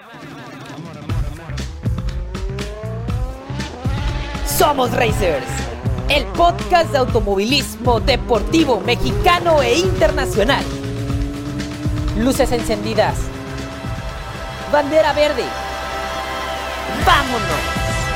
Somos Racers, el podcast de automovilismo deportivo mexicano e internacional. Luces encendidas. Bandera verde. ¡Vámonos!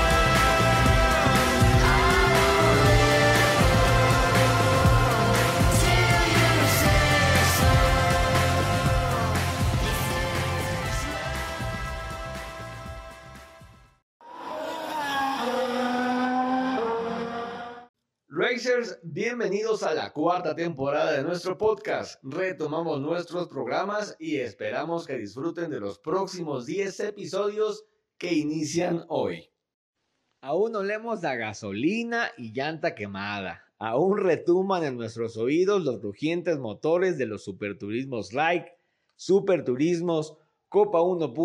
Racers, bienvenidos a la cuarta temporada de nuestro podcast. Retomamos nuestros programas y esperamos que disfruten de los próximos 10 episodios que inician hoy. Aún olemos a gasolina y llanta quemada. Aún retumban en nuestros oídos los rugientes motores de los Superturismos Like, Superturismos, Copa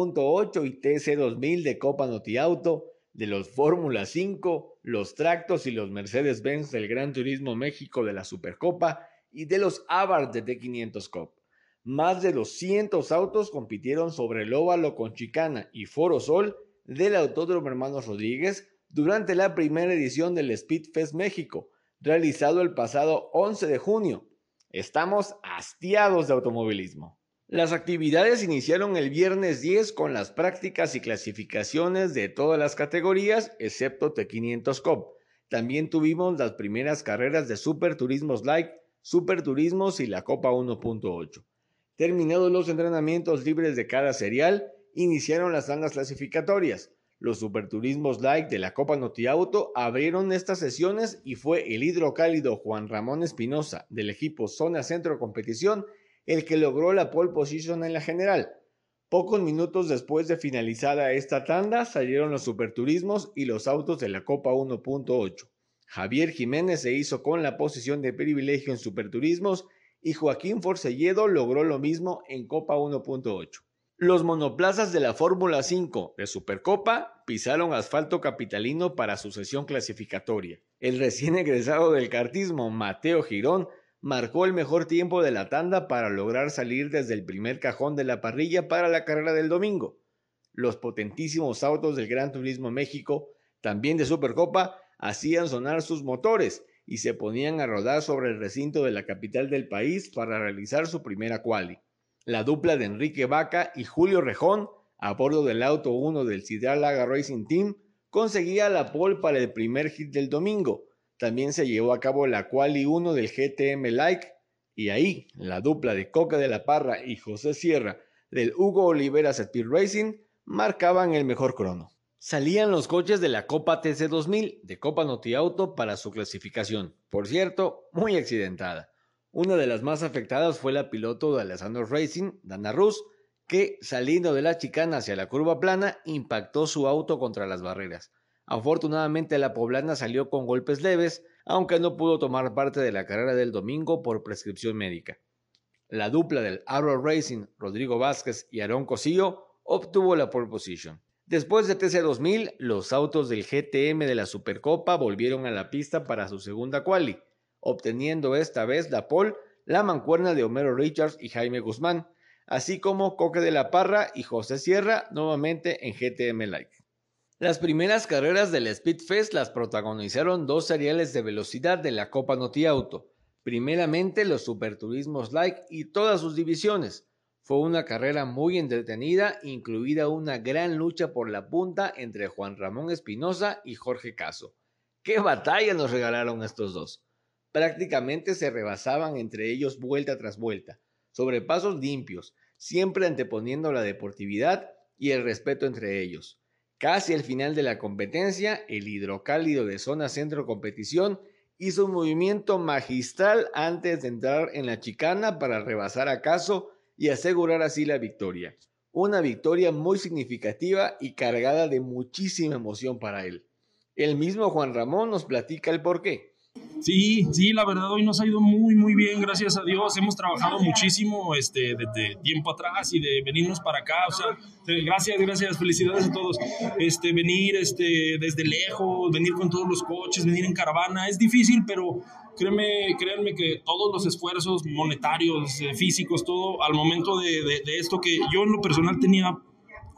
1.8 y TC2000 de Copa Noti Auto, de los Fórmula 5, los Tractos y los Mercedes-Benz del Gran Turismo México de la Supercopa y de los Abarth de T500 Cup. Más de 200 autos compitieron sobre el óvalo con chicana y Foro Sol del Autódromo Hermanos Rodríguez durante la primera edición del Speedfest México, realizado el pasado 11 de junio. Estamos hastiados de automovilismo. Las actividades iniciaron el viernes 10 con las prácticas y clasificaciones de todas las categorías, excepto T500 Cup. También tuvimos las primeras carreras de Superturismos Like, Superturismos y la Copa 1.8. Terminados los entrenamientos libres de cada serial, iniciaron las tandas clasificatorias. Los Superturismos Like de la Copa Noti Auto abrieron estas sesiones y fue el hidrocálido Juan Ramón Espinosa del equipo Zona Centro Competición el que logró la pole position en la general. Pocos minutos después de finalizada esta tanda salieron los Superturismos y los autos de la Copa 1.8. Javier Jiménez se hizo con la posición de privilegio en Superturismos y Joaquín Forcelledo logró lo mismo en Copa 1.8. Los monoplazas de la Fórmula 5 de Supercopa pisaron asfalto capitalino para su sesión clasificatoria. El recién egresado del kartismo Mateo Girón marcó el mejor tiempo de la tanda para lograr salir desde el primer cajón de la parrilla para la carrera del domingo. Los potentísimos autos del Gran Turismo México, también de Supercopa, hacían sonar sus motores y se ponían a rodar sobre el recinto de la capital del país para realizar su primera quali. La dupla de Enrique Vaca y Julio Rejón, a bordo del auto 1 del Sidral Laga Racing Team, conseguía la pole para el primer hit del domingo. También se llevó a cabo la Quali 1 del GTM Like y ahí la dupla de Coca de la Parra y José Sierra del Hugo Oliveras Speed Racing marcaban el mejor crono. Salían los coches de la Copa TC2000 de Copa Noti Auto para su clasificación, por cierto, muy accidentada. Una de las más afectadas fue la piloto de Alessandro Racing, Dana Rus, que saliendo de la chicana hacia la curva plana impactó su auto contra las barreras. Afortunadamente la poblana salió con golpes leves, aunque no pudo tomar parte de la carrera del domingo por prescripción médica. La dupla del Arrow Racing, Rodrigo Vázquez y Aarón Cosillo, obtuvo la pole position. Después de TC2000, los autos del GTM de la Supercopa volvieron a la pista para su segunda quali, obteniendo esta vez la pole la mancuerna de Homero Richards y Jaime Guzmán, así como Coque de la Parra y José Sierra nuevamente en GTM Like. Las primeras carreras del Speedfest las protagonizaron dos seriales de velocidad de la Copa Noti Auto. Primeramente los Superturismos Like y todas sus divisiones. Fue una carrera muy entretenida, incluida una gran lucha por la punta entre Juan Ramón Espinosa y Jorge Caso. ¡Qué batalla nos regalaron estos dos! Prácticamente se rebasaban entre ellos vuelta tras vuelta, sobre pasos limpios, siempre anteponiendo la deportividad y el respeto entre ellos. Casi al final de la competencia, el hidrocálido de Zona Centro Competición hizo un movimiento magistral antes de entrar en la chicana para rebasar a Caso y asegurar así la victoria. Una victoria muy significativa y cargada de muchísima emoción para él. El mismo Juan Ramón nos platica el porqué. Sí, la verdad hoy nos ha ido muy bien, gracias a Dios. Hemos trabajado muchísimo desde tiempo atrás y de venirnos para acá. O sea, gracias, felicidades a todos. Venir desde lejos, venir con todos los coches, venir en caravana, es difícil, pero créanme que todos los esfuerzos monetarios, físicos, todo al momento de esto, que yo en lo personal tenía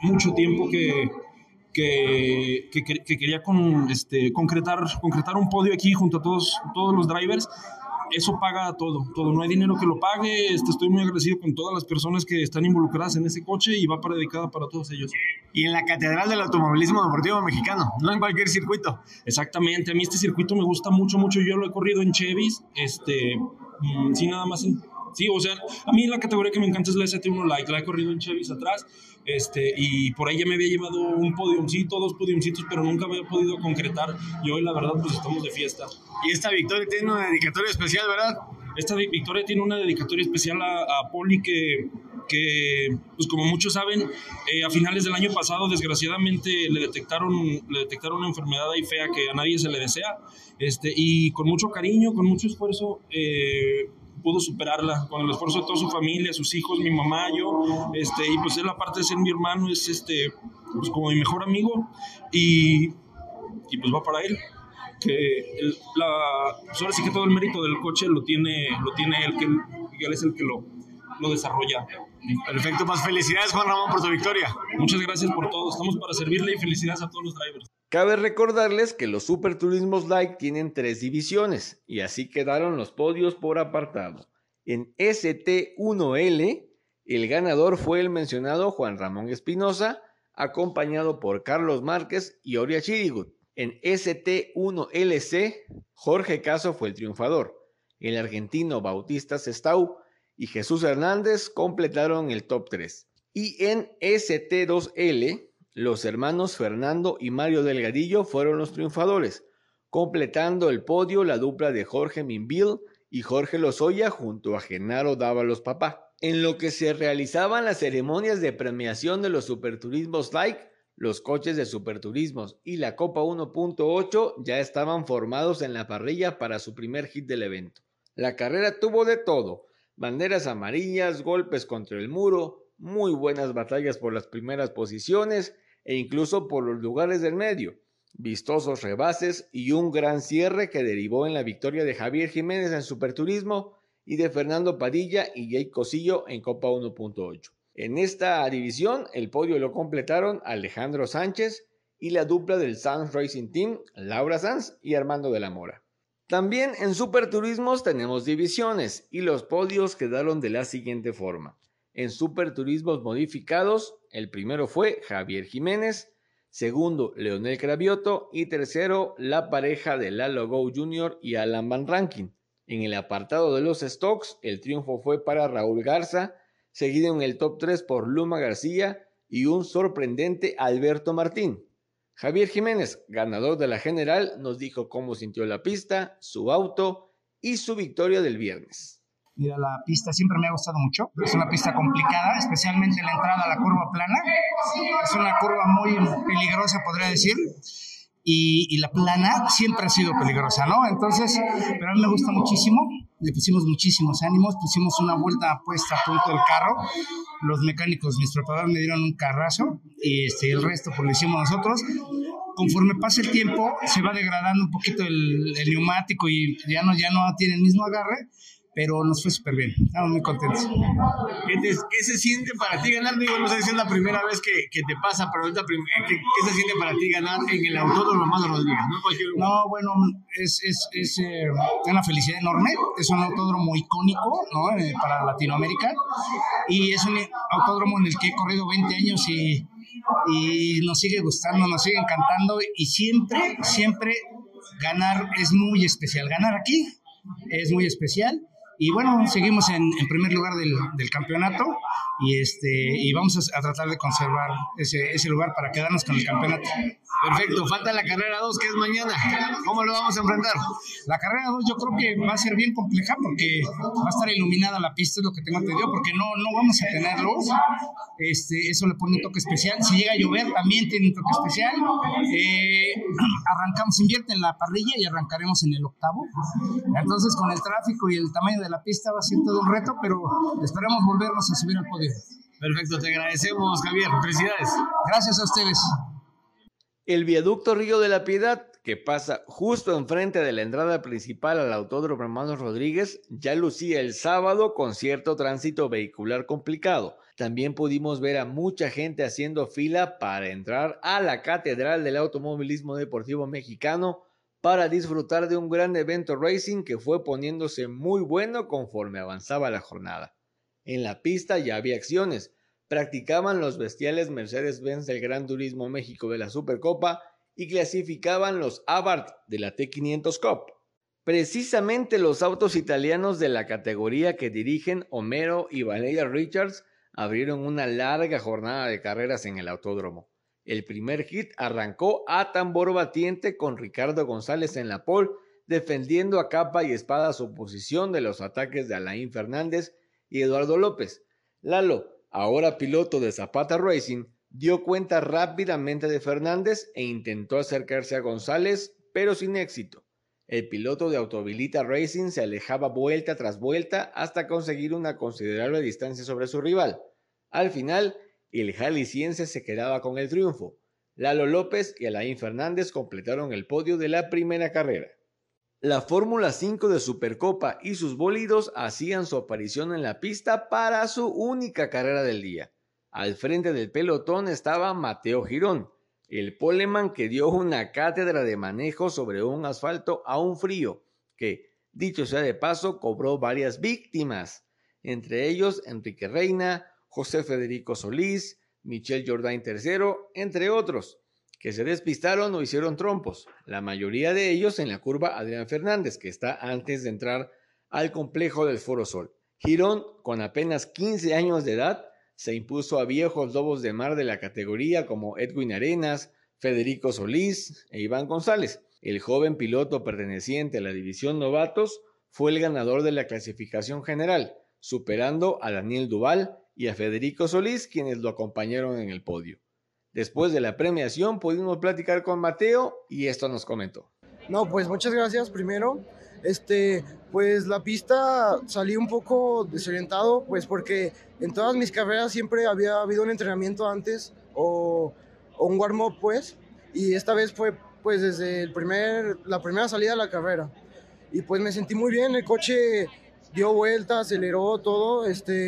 mucho tiempo que quería concretar un podio aquí junto a todos los drivers. Eso paga todo, no hay dinero que lo pague. Estoy muy agradecido con todas las personas que están involucradas en ese coche y va dedicada para todos ellos. Y en la catedral del automovilismo deportivo mexicano, no en cualquier circuito. Exactamente, a mí este circuito me gusta mucho, yo lo he corrido en Chevys, sí, nada más sí, o sea, a mí la categoría que me encanta es la ST1 Light, la he corrido en Chevys atrás, y por ahí ya me había llevado un podiumcito, 2 podiumcitos, pero nunca había podido concretar, y hoy la verdad pues estamos de fiesta. Y esta victoria tiene una dedicatoria especial, ¿verdad? Esta victoria tiene una dedicatoria especial a Poli que pues como muchos saben, a finales del año pasado desgraciadamente le detectaron una enfermedad ahí fea que a nadie se le desea, y con mucho cariño, con mucho esfuerzo, pudo superarla, con el esfuerzo de toda su familia, sus hijos, mi mamá, yo, y pues él, aparte de ser mi hermano, es pues como mi mejor amigo, y pues va para él, que pues ahora sí que todo el mérito del coche lo tiene él, que él es el que lo desarrolla. Perfecto, pues felicidades, Juan Ramón, por tu victoria. Muchas gracias por todo, estamos para servirle, y felicidades a todos los drivers. Cabe recordarles que los Super Turismos Light tienen 3 divisiones, y así quedaron los podios por apartado. En ST1L, el ganador fue el mencionado Juan Ramón Espinosa, acompañado por Carlos Márquez y Oria Chirigut. En ST1LC, Jorge Caso fue el triunfador. El argentino Bautista Sestau y Jesús Hernández completaron el top 3. Y en ST2L, los hermanos Fernando y Mario Delgadillo fueron los triunfadores, completando el podio la dupla de Jorge Minville y Jorge Lozoya junto a Genaro Dávalos Papá. En lo que se realizaban las ceremonias de premiación de los Superturismos Light, los coches de Superturismos y la Copa 1.8 ya estaban formados en la parrilla para su primer hit del evento. La carrera tuvo de todo: banderas amarillas, golpes contra el muro, muy buenas batallas por las primeras posiciones e incluso por los lugares del medio, vistosos rebases y un gran cierre que derivó en la victoria de Javier Jiménez en Superturismo y de Fernando Padilla y Jake Cosillo en Copa 1.8. En esta división el podio lo completaron Alejandro Sánchez y la dupla del Sanz Racing Team, Laura Sanz y Armando de la Mora. También en Superturismos tenemos divisiones y los podios quedaron de la siguiente forma. En Superturismos modificados, el primero fue Javier Jiménez, segundo Leonel Cravioto y tercero la pareja de Lalo Go Jr. y Alan Van Rankin. En el apartado de los stocks, el triunfo fue para Raúl Garza, seguido en el top 3 por Luma García y un sorprendente Alberto Martín. Javier Jiménez, ganador de la general, nos dijo cómo sintió la pista, su auto y su victoria del viernes. Mira, la pista siempre me ha gustado mucho. Es una pista complicada, especialmente la entrada a la curva plana. Es una curva muy peligrosa, podría decir. Y la plana siempre ha sido peligrosa, ¿no? Entonces, pero a mí me gusta muchísimo. Le pusimos muchísimos ánimos, pusimos una vuelta puesta a punto del carro. Los mecánicos, mis preparadores, me dieron un carrazo y el resto pues lo hicimos nosotros. Conforme pasa el tiempo, se va degradando un poquito el neumático y ya no tiene el mismo agarre, pero nos fue súper bien, estamos muy contentos. ¿Qué se siente para ti ganar? Digo, no sé si es la primera vez que te pasa, pero ahorita, ¿qué se siente para ti ganar en el Autódromo Amado Rodríguez? No, bueno, es una felicidad enorme, es un autódromo icónico, ¿no? Para Latinoamérica, y es un autódromo en el que he corrido 20 años y nos sigue gustando, nos sigue encantando, y siempre ganar es muy especial, ganar aquí es muy especial. Y bueno, seguimos en primer lugar del campeonato y vamos a tratar de conservar ese lugar para quedarnos con el campeonato. Perfecto, falta la carrera 2, que es mañana. ¿Cómo lo vamos a enfrentar? La carrera 2 yo creo que va a ser bien compleja porque va a estar iluminada la pista, es lo que tengo entendido, porque no vamos a tener luz. Eso le pone un toque especial. Si llega a llover también tiene un toque especial. Invierte en la parrilla y arrancaremos en el 8º. Entonces, con el tráfico y el tamaño de la pista va a ser todo un reto, pero esperamos volvernos a subir al podio. Perfecto, te agradecemos, Javier. Felicidades. Gracias a ustedes. El viaducto Río de la Piedad que pasa justo enfrente de la entrada principal al Autódromo Hermanos Rodríguez, ya lucía el sábado con cierto tránsito vehicular complicado. También pudimos ver a mucha gente haciendo fila para entrar a la Catedral del Automovilismo Deportivo Mexicano para disfrutar de un gran evento racing que fue poniéndose muy bueno conforme avanzaba la jornada. En la pista ya había acciones. Practicaban los bestiales Mercedes-Benz del Gran Turismo México de la Supercopa y clasificaban los Abarth de la T500 Cup. Precisamente los autos italianos de la categoría que dirigen Homero y Valeria Richards abrieron una larga jornada de carreras en el autódromo. El primer hit arrancó a tambor batiente con Ricardo González en la pole, defendiendo a capa y espada su posición de los ataques de Alain Fernández y Eduardo López. Lalo, ahora piloto de Zapata Racing, dio cuenta rápidamente de Fernández e intentó acercarse a González, pero sin éxito. El piloto de Autohabilita Racing se alejaba vuelta tras vuelta hasta conseguir una considerable distancia sobre su rival. Al final, el jalisciense se quedaba con el triunfo. Lalo López y Alain Fernández completaron el podio de la primera carrera. La Fórmula 5 de Supercopa y sus bólidos hacían su aparición en la pista para su única carrera del día. Al frente del pelotón estaba Mateo Girón, el poleman que dio una cátedra de manejo sobre un asfalto aún frío, que, dicho sea de paso, cobró varias víctimas, entre ellos Enrique Reina, José Federico Solís, Michel Jourdain III, entre otros, que se despistaron o hicieron trompos, la mayoría de ellos en la curva Adrián Fernández, que está antes de entrar al complejo del Foro Sol. Girón, con apenas 15 años de edad, se impuso a viejos lobos de mar de la categoría como Edwin Arenas, Federico Solís e Iván González. El joven piloto perteneciente a la división novatos fue el ganador de la clasificación general, superando a Daniel Duval y a Federico Solís, quienes lo acompañaron en el podio. Después de la premiación pudimos platicar con Mateo y esto nos comentó. No, pues muchas gracias primero. Pues la pista salí un poco desorientado, pues porque en todas mis carreras siempre había habido un entrenamiento antes o un warm-up, pues, y esta vez fue pues desde la primera salida de la carrera. Y pues me sentí muy bien, el coche dio vuelta, aceleró todo,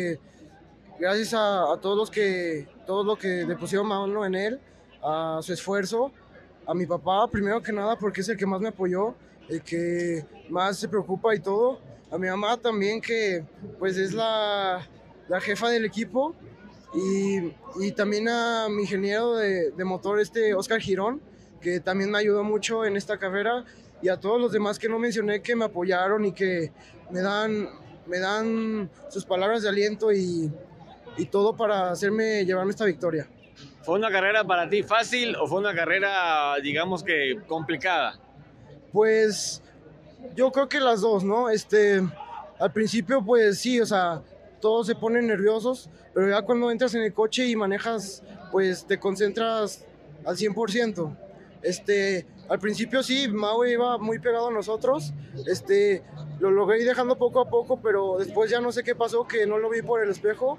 gracias a todos los que le pusieron mano en él, a su esfuerzo, a mi papá primero que nada porque es el que más me apoyó, el que más se preocupa y todo, a mi mamá también que pues es la jefa del equipo y también a mi ingeniero de motor Oscar Girón, que también me ayudó mucho en esta carrera, y a todos los demás que no mencioné que me apoyaron y que me dan sus palabras de aliento y todo para llevarme esta victoria. ¿Fue una carrera para ti fácil o fue una carrera, digamos que complicada? Pues yo creo que las dos, ¿no? Al principio pues sí, o sea, todos se ponen nerviosos, pero ya cuando entras en el coche y manejas, pues te concentras al 100%. Al principio sí, Mau iba muy pegado a nosotros, lo logré ir dejando poco a poco, pero después ya no sé qué pasó, que no lo vi por el espejo.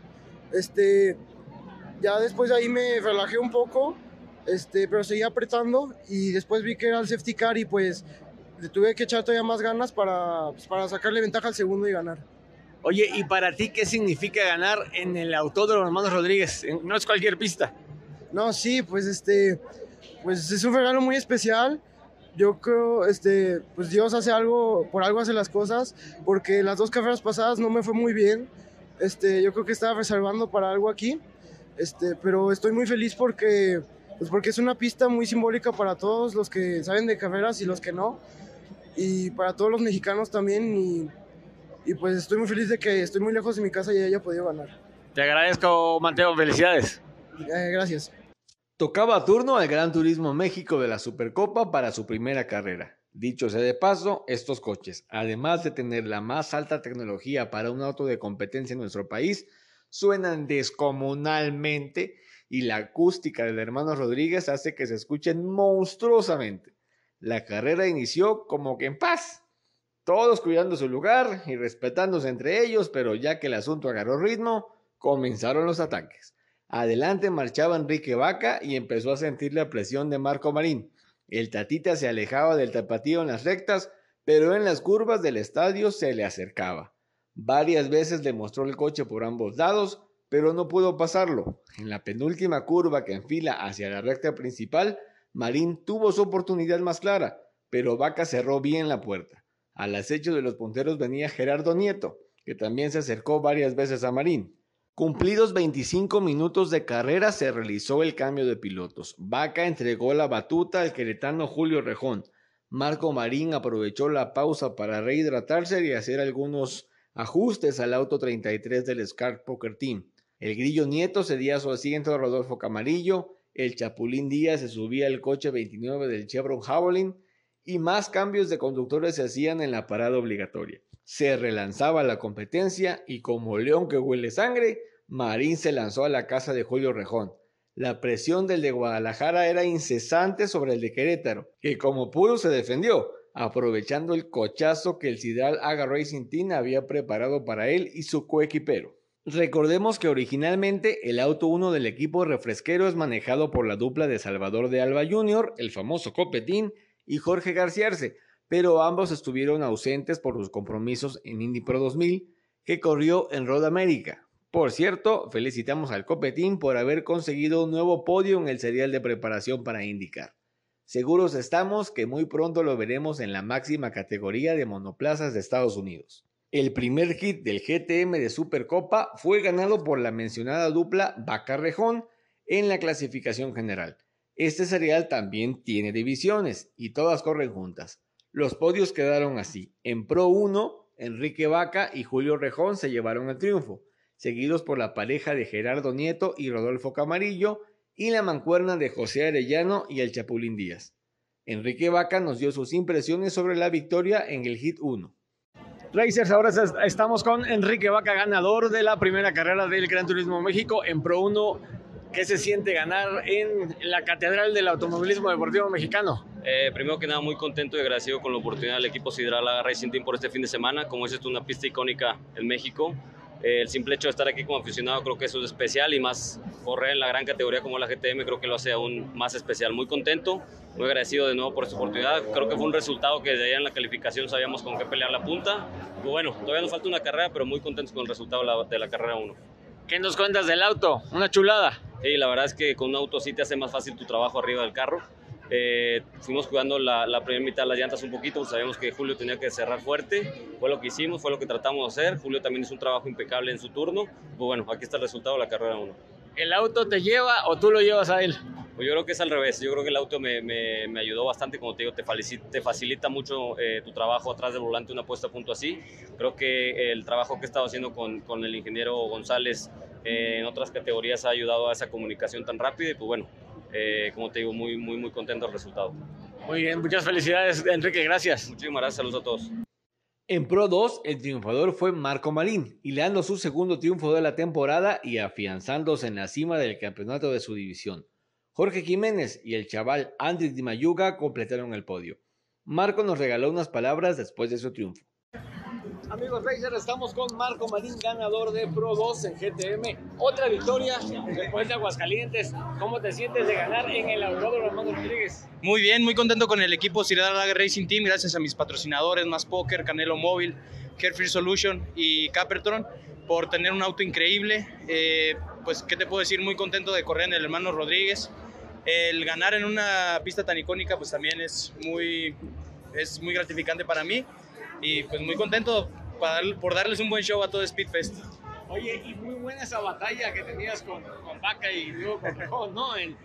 Ya después de ahí me relajé un poco, pero seguía apretando y después vi que era el safety car y pues le tuve que echar todavía más ganas para sacarle ventaja al segundo y ganar. Oye, ¿y para ti qué significa ganar en el Autódromo Hermanos Rodríguez? No es cualquier pista. No, sí, pues pues es un regalo muy especial. Yo creo, pues Dios hace algo, por algo hace las cosas, porque las dos carreras pasadas no me fue muy bien. Yo creo que estaba reservando para algo aquí, pero estoy muy feliz porque es una pista muy simbólica para todos los que saben de carreras y los que no, y para todos los mexicanos también, y pues estoy muy feliz de que estoy muy lejos de mi casa y haya podido ganar. Te agradezco, Mateo, felicidades. Gracias. Tocaba turno al Gran Turismo México de la Supercopa para su primera carrera. Dicho sea de paso, estos coches, además de tener la más alta tecnología para un auto de competencia en nuestro país, suenan descomunalmente y la acústica del Hermanos Rodríguez hace que se escuchen monstruosamente. La carrera inició como que en paz, todos cuidando su lugar y respetándose entre ellos, pero ya que el asunto agarró ritmo, comenzaron los ataques. Adelante marchaba Enrique Vaca y empezó a sentir la presión de Marco Marín. El Tatita se alejaba del tapatío en las rectas, pero en las curvas del estadio se le acercaba. Varias veces le mostró el coche por ambos lados, pero no pudo pasarlo. En la penúltima curva que enfila hacia la recta principal, Marín tuvo su oportunidad más clara, pero Vaca cerró bien la puerta. Al acecho de los punteros venía Gerardo Nieto, que también se acercó varias veces a Marín. Cumplidos 25 minutos de carrera se realizó el cambio de pilotos. Vaca entregó la batuta al queretano Julio Rejón. Marco Marín aprovechó la pausa para rehidratarse y hacer algunos ajustes al auto 33 del Scar Poker Team. El Grillo Nieto cedía su asiento a Rodolfo Camarillo, el Chapulín Díaz se subía al coche 29 del Chevron Javelin y más cambios de conductores se hacían en la parada obligatoria. Se relanzaba la competencia y como león que huele sangre, Marín se lanzó a la casa de Julio Rejón. La presión del de Guadalajara era incesante sobre el de Querétaro, que como pudo se defendió, aprovechando el cochazo que el Sidral Aga Racing Team había preparado para él y su coequipero. Recordemos que originalmente el auto 1 del equipo refresquero es manejado por la dupla de Salvador de Alba Jr., el famoso Copetín, y Jorge García Arce, pero ambos estuvieron ausentes por sus compromisos en Indy Pro 2000, que corrió en Road America. Por cierto, felicitamos al Copetín por haber conseguido un nuevo podio en el serial de preparación para IndyCar. Seguros estamos que muy pronto lo veremos en la máxima categoría de monoplazas de Estados Unidos. El primer hit del GTM de Supercopa fue ganado por la mencionada dupla Vaca-Rejón en la clasificación general. Este serial también tiene divisiones y todas corren juntas. Los podios quedaron así. En Pro 1, Enrique Vaca y Julio Rejón se llevaron el triunfo, seguidos por la pareja de Gerardo Nieto y Rodolfo Camarillo y la mancuerna de José Arellano y el Chapulín Díaz. Enrique Vaca nos dio sus impresiones sobre la victoria en el Hit 1. Racers, ahora estamos con Enrique Vaca, ganador de la primera carrera del Gran Turismo México en Pro 1. ¿Qué se siente ganar en la catedral del automovilismo deportivo mexicano? Primero que nada, muy contento y agradecido con la oportunidad del equipo Sidral Aga Racing Team por este fin de semana. Como dices tú, una pista icónica en México. El simple hecho de estar aquí como aficionado creo que eso es especial, y más correr en la gran categoría como la GTM creo que lo hace aún más especial. Muy contento, muy agradecido de nuevo por esta oportunidad. Creo que fue un resultado que desde allá en la calificación sabíamos con qué pelear la punta. Y bueno, todavía nos falta una carrera, pero muy contentos con el resultado de la carrera 1. ¿Qué nos cuentas del auto? Una chulada. Sí, la verdad es que con un auto sí te hace más fácil tu trabajo arriba del carro. Fuimos jugando la primera mitad de las llantas un poquito, pues sabíamos que Julio tenía que cerrar fuerte, fue lo que hicimos, fue lo que tratamos de hacer. Julio también hizo un trabajo impecable en su turno. Pues bueno, aquí está el resultado de la carrera 1. ¿El auto te lleva o tú lo llevas a él? Pues yo creo que es al revés. Yo creo que el auto me ayudó bastante. Como te digo, te facilita mucho tu trabajo atrás del volante, una puesta a punto así. Creo que el trabajo que he estado haciendo con el ingeniero González en otras categorías ha ayudado a esa comunicación tan rápida. Y pues bueno, como te digo, muy contento del resultado. Muy bien, muchas felicidades, Enrique, gracias. Muchísimas gracias, saludos a todos. En Pro 2, el triunfador fue Marco Marín, hilando su segundo triunfo de la temporada y afianzándose en la cima del campeonato de su división. Jorge Jiménez y el chaval Andriy Di Mayuga completaron el podio. Marco nos regaló unas palabras después de su triunfo. Amigos Racers, estamos con Marco Marín, ganador de Pro 2 en GTM. Otra victoria después de Aguascalientes. ¿Cómo te sientes de ganar en el Autódromo Armando Rodríguez? Muy bien, muy contento con el equipo Sidral Aga Racing Team, gracias a mis patrocinadores, Más Poker, Canelo Móvil, Carefree Solution y Capertron, por tener un auto increíble. Pues, ¿qué te puedo decir? Muy contento de correr en el Hermano Rodríguez. El ganar en una pista tan icónica, pues también es muy gratificante para mí. Y pues muy contento por darles un buen show a todo Speedfest. Oye, y muy buena esa batalla que tenías con Vaca y luego con Rejón, ¿no? En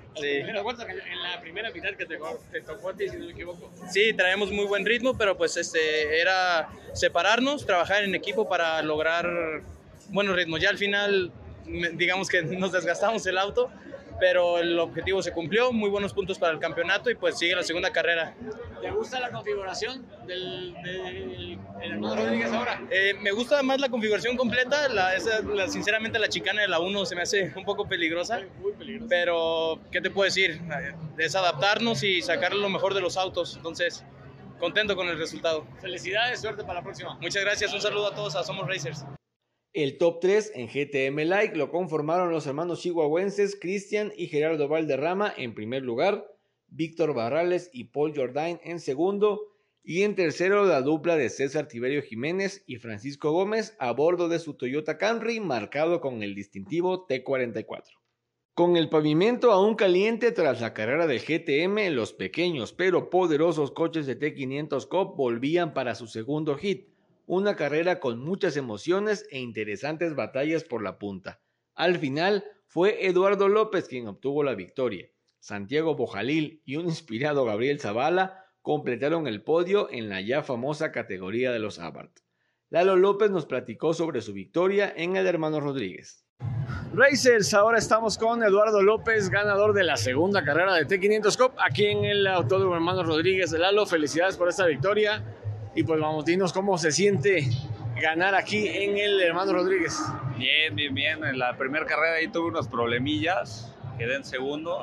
la primera mitad que te tocó a ti, si no me equivoco. Sí, traemos muy buen ritmo, pero pues era separarnos, trabajar en equipo para lograr buenos ritmos. Ya al final, digamos que nos desgastamos el auto, pero el objetivo se cumplió, muy buenos puntos para el campeonato y pues sigue la segunda carrera. ¿Te gusta la configuración del Hermano Rodríguez ahora? Me gusta más la configuración completa, sinceramente la chicana de la 1 se me hace un poco peligrosa, muy peligrosa. Pero ¿qué te puedo decir? Es adaptarnos y sacar lo mejor de los autos, entonces contento con el resultado. Felicidades, suerte para la próxima. Muchas gracias, un saludo a todos a Somos Racers. El top 3 en GTM Like lo conformaron los hermanos chihuahuenses Cristian y Gerardo Valderrama en primer lugar, Víctor Barrales y Paul Jordain en segundo, y en tercero la dupla de César Tiberio Jiménez y Francisco Gómez a bordo de su Toyota Camry marcado con el distintivo T44. Con el pavimento aún caliente tras la carrera del GTM, los pequeños pero poderosos coches de T500 Cup volvían para su segundo hit, una carrera con muchas emociones e interesantes batallas por la punta. Al final fue Eduardo López quien obtuvo la victoria. Santiago Bojalil y un inspirado Gabriel Zavala completaron el podio en la ya famosa categoría de los Abarth. Lalo López nos platicó sobre su victoria en el Hermanos Rodríguez. Racers, ahora estamos con Eduardo López, ganador de la segunda carrera de T500 Cup aquí en el Autódromo Hermanos Rodríguez. Lalo, felicidades por esta victoria y pues vamos, dinos cómo se siente ganar aquí en el Hermanos Rodríguez. Bien. En la primera carrera ahí tuve unos problemillas, quedé en segundo,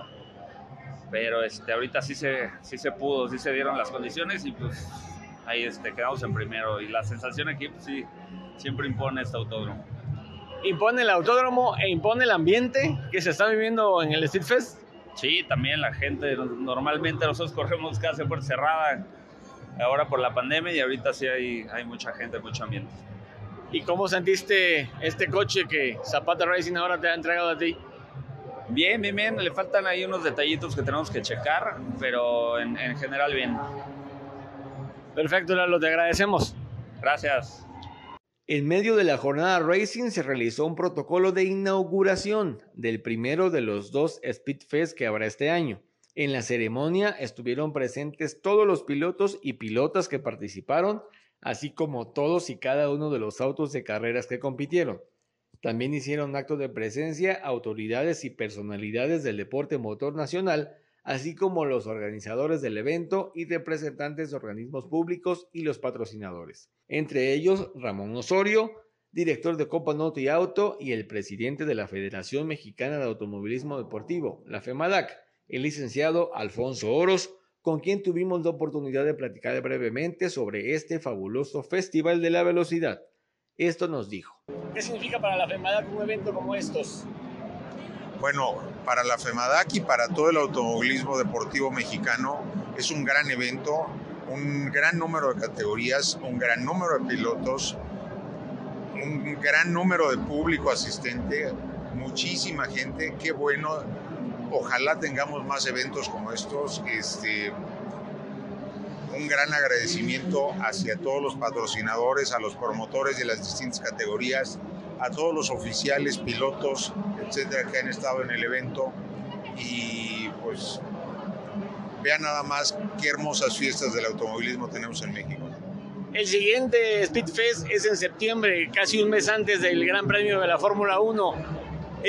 pero ahorita sí se pudo, sí se dieron las condiciones y pues ahí quedamos en primero. Y la sensación aquí pues, sí, siempre impone este autódromo. Impone el autódromo e impone el ambiente que se está viviendo en el Street Fest. Sí, también la gente, normalmente nosotros corremos casi a puerta cerrada, ahora por la pandemia, y ahorita sí hay mucha gente, mucho ambiente. ¿Y cómo sentiste este coche que Zapata Racing ahora te ha entregado a ti? Bien, le faltan ahí unos detallitos que tenemos que checar, pero en general bien. Perfecto, Lalo, te agradecemos. Gracias. En medio de la jornada Racing se realizó un protocolo de inauguración del primero de los 2 Speedfest que habrá este año. En la ceremonia estuvieron presentes todos los pilotos y pilotas que participaron, así como todos y cada uno de los autos de carreras que compitieron. También hicieron acto de presencia autoridades y personalidades del deporte motor nacional, así como los organizadores del evento y representantes de organismos públicos y los patrocinadores. Entre ellos, Ramón Osorio, director de Copa Noti Auto y el presidente de la Federación Mexicana de Automovilismo Deportivo, la FEMADAC, el licenciado Alfonso Oros, con quien tuvimos la oportunidad de platicar brevemente sobre este fabuloso Festival de la Velocidad. Esto nos dijo. ¿Qué significa para la FEMADAC un evento como estos? Bueno, para la FEMADAC y para todo el automovilismo deportivo mexicano es un gran evento, un gran número de categorías, un gran número de pilotos, un gran número de público asistente, muchísima gente, qué bueno. Ojalá tengamos más eventos como estos. Un gran agradecimiento hacia todos los patrocinadores, a los promotores de las distintas categorías, a todos los oficiales, pilotos, etcétera, que han estado en el evento. Y pues vean nada más qué hermosas fiestas del automovilismo tenemos en México. El siguiente Speedfest es en septiembre, casi un mes antes del Gran Premio de la Fórmula 1.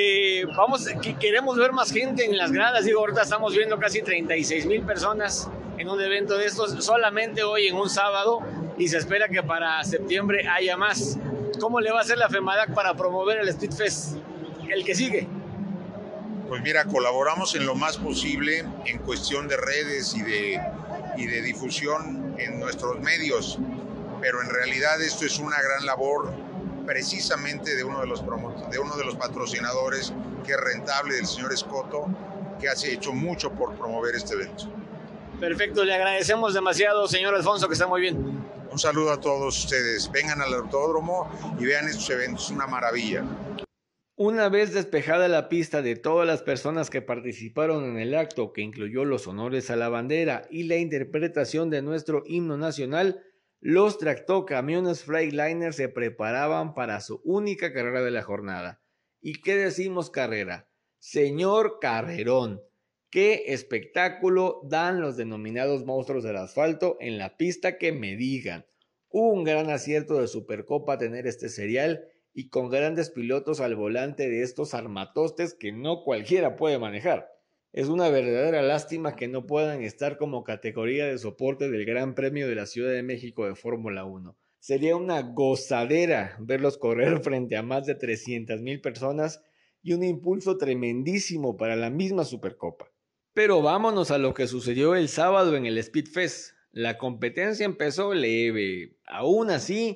Queremos ver más gente en las gradas. Ahorita estamos viendo casi 36,000 personas en un evento de estos, solamente hoy en un sábado, y se espera que para septiembre haya más. ¿Cómo le va a hacer la FEMADAC para promover el Street Fest, el que sigue? Pues mira, colaboramos en lo más posible en cuestión de redes y de difusión en nuestros medios, pero en realidad esto es una gran labor precisamente de uno de los patrocinadores, que es rentable, del señor Escoto, que ha hecho mucho por promover este evento. Perfecto, le agradecemos demasiado, señor Alfonso, que está muy bien. Un saludo a todos ustedes. Vengan al autódromo y vean estos eventos, una maravilla. Una vez despejada la pista de todas las personas que participaron en el acto, que incluyó los honores a la bandera y la interpretación de nuestro himno nacional, los tractocamiones Freightliner se preparaban para su única carrera de la jornada. ¿Y qué decimos carrera? Señor carrerón. ¿Qué espectáculo dan los denominados monstruos del asfalto en la pista que me digan? Un gran acierto de Supercopa tener este serial y con grandes pilotos al volante de estos armatostes que no cualquiera puede manejar. Es una verdadera lástima que no puedan estar como categoría de soporte del Gran Premio de la Ciudad de México de Fórmula 1. Sería una gozadera verlos correr frente a más de 300,000 personas y un impulso tremendísimo para la misma Supercopa. Pero vámonos a lo que sucedió el sábado en el Speedfest. La competencia empezó leve. Aún así,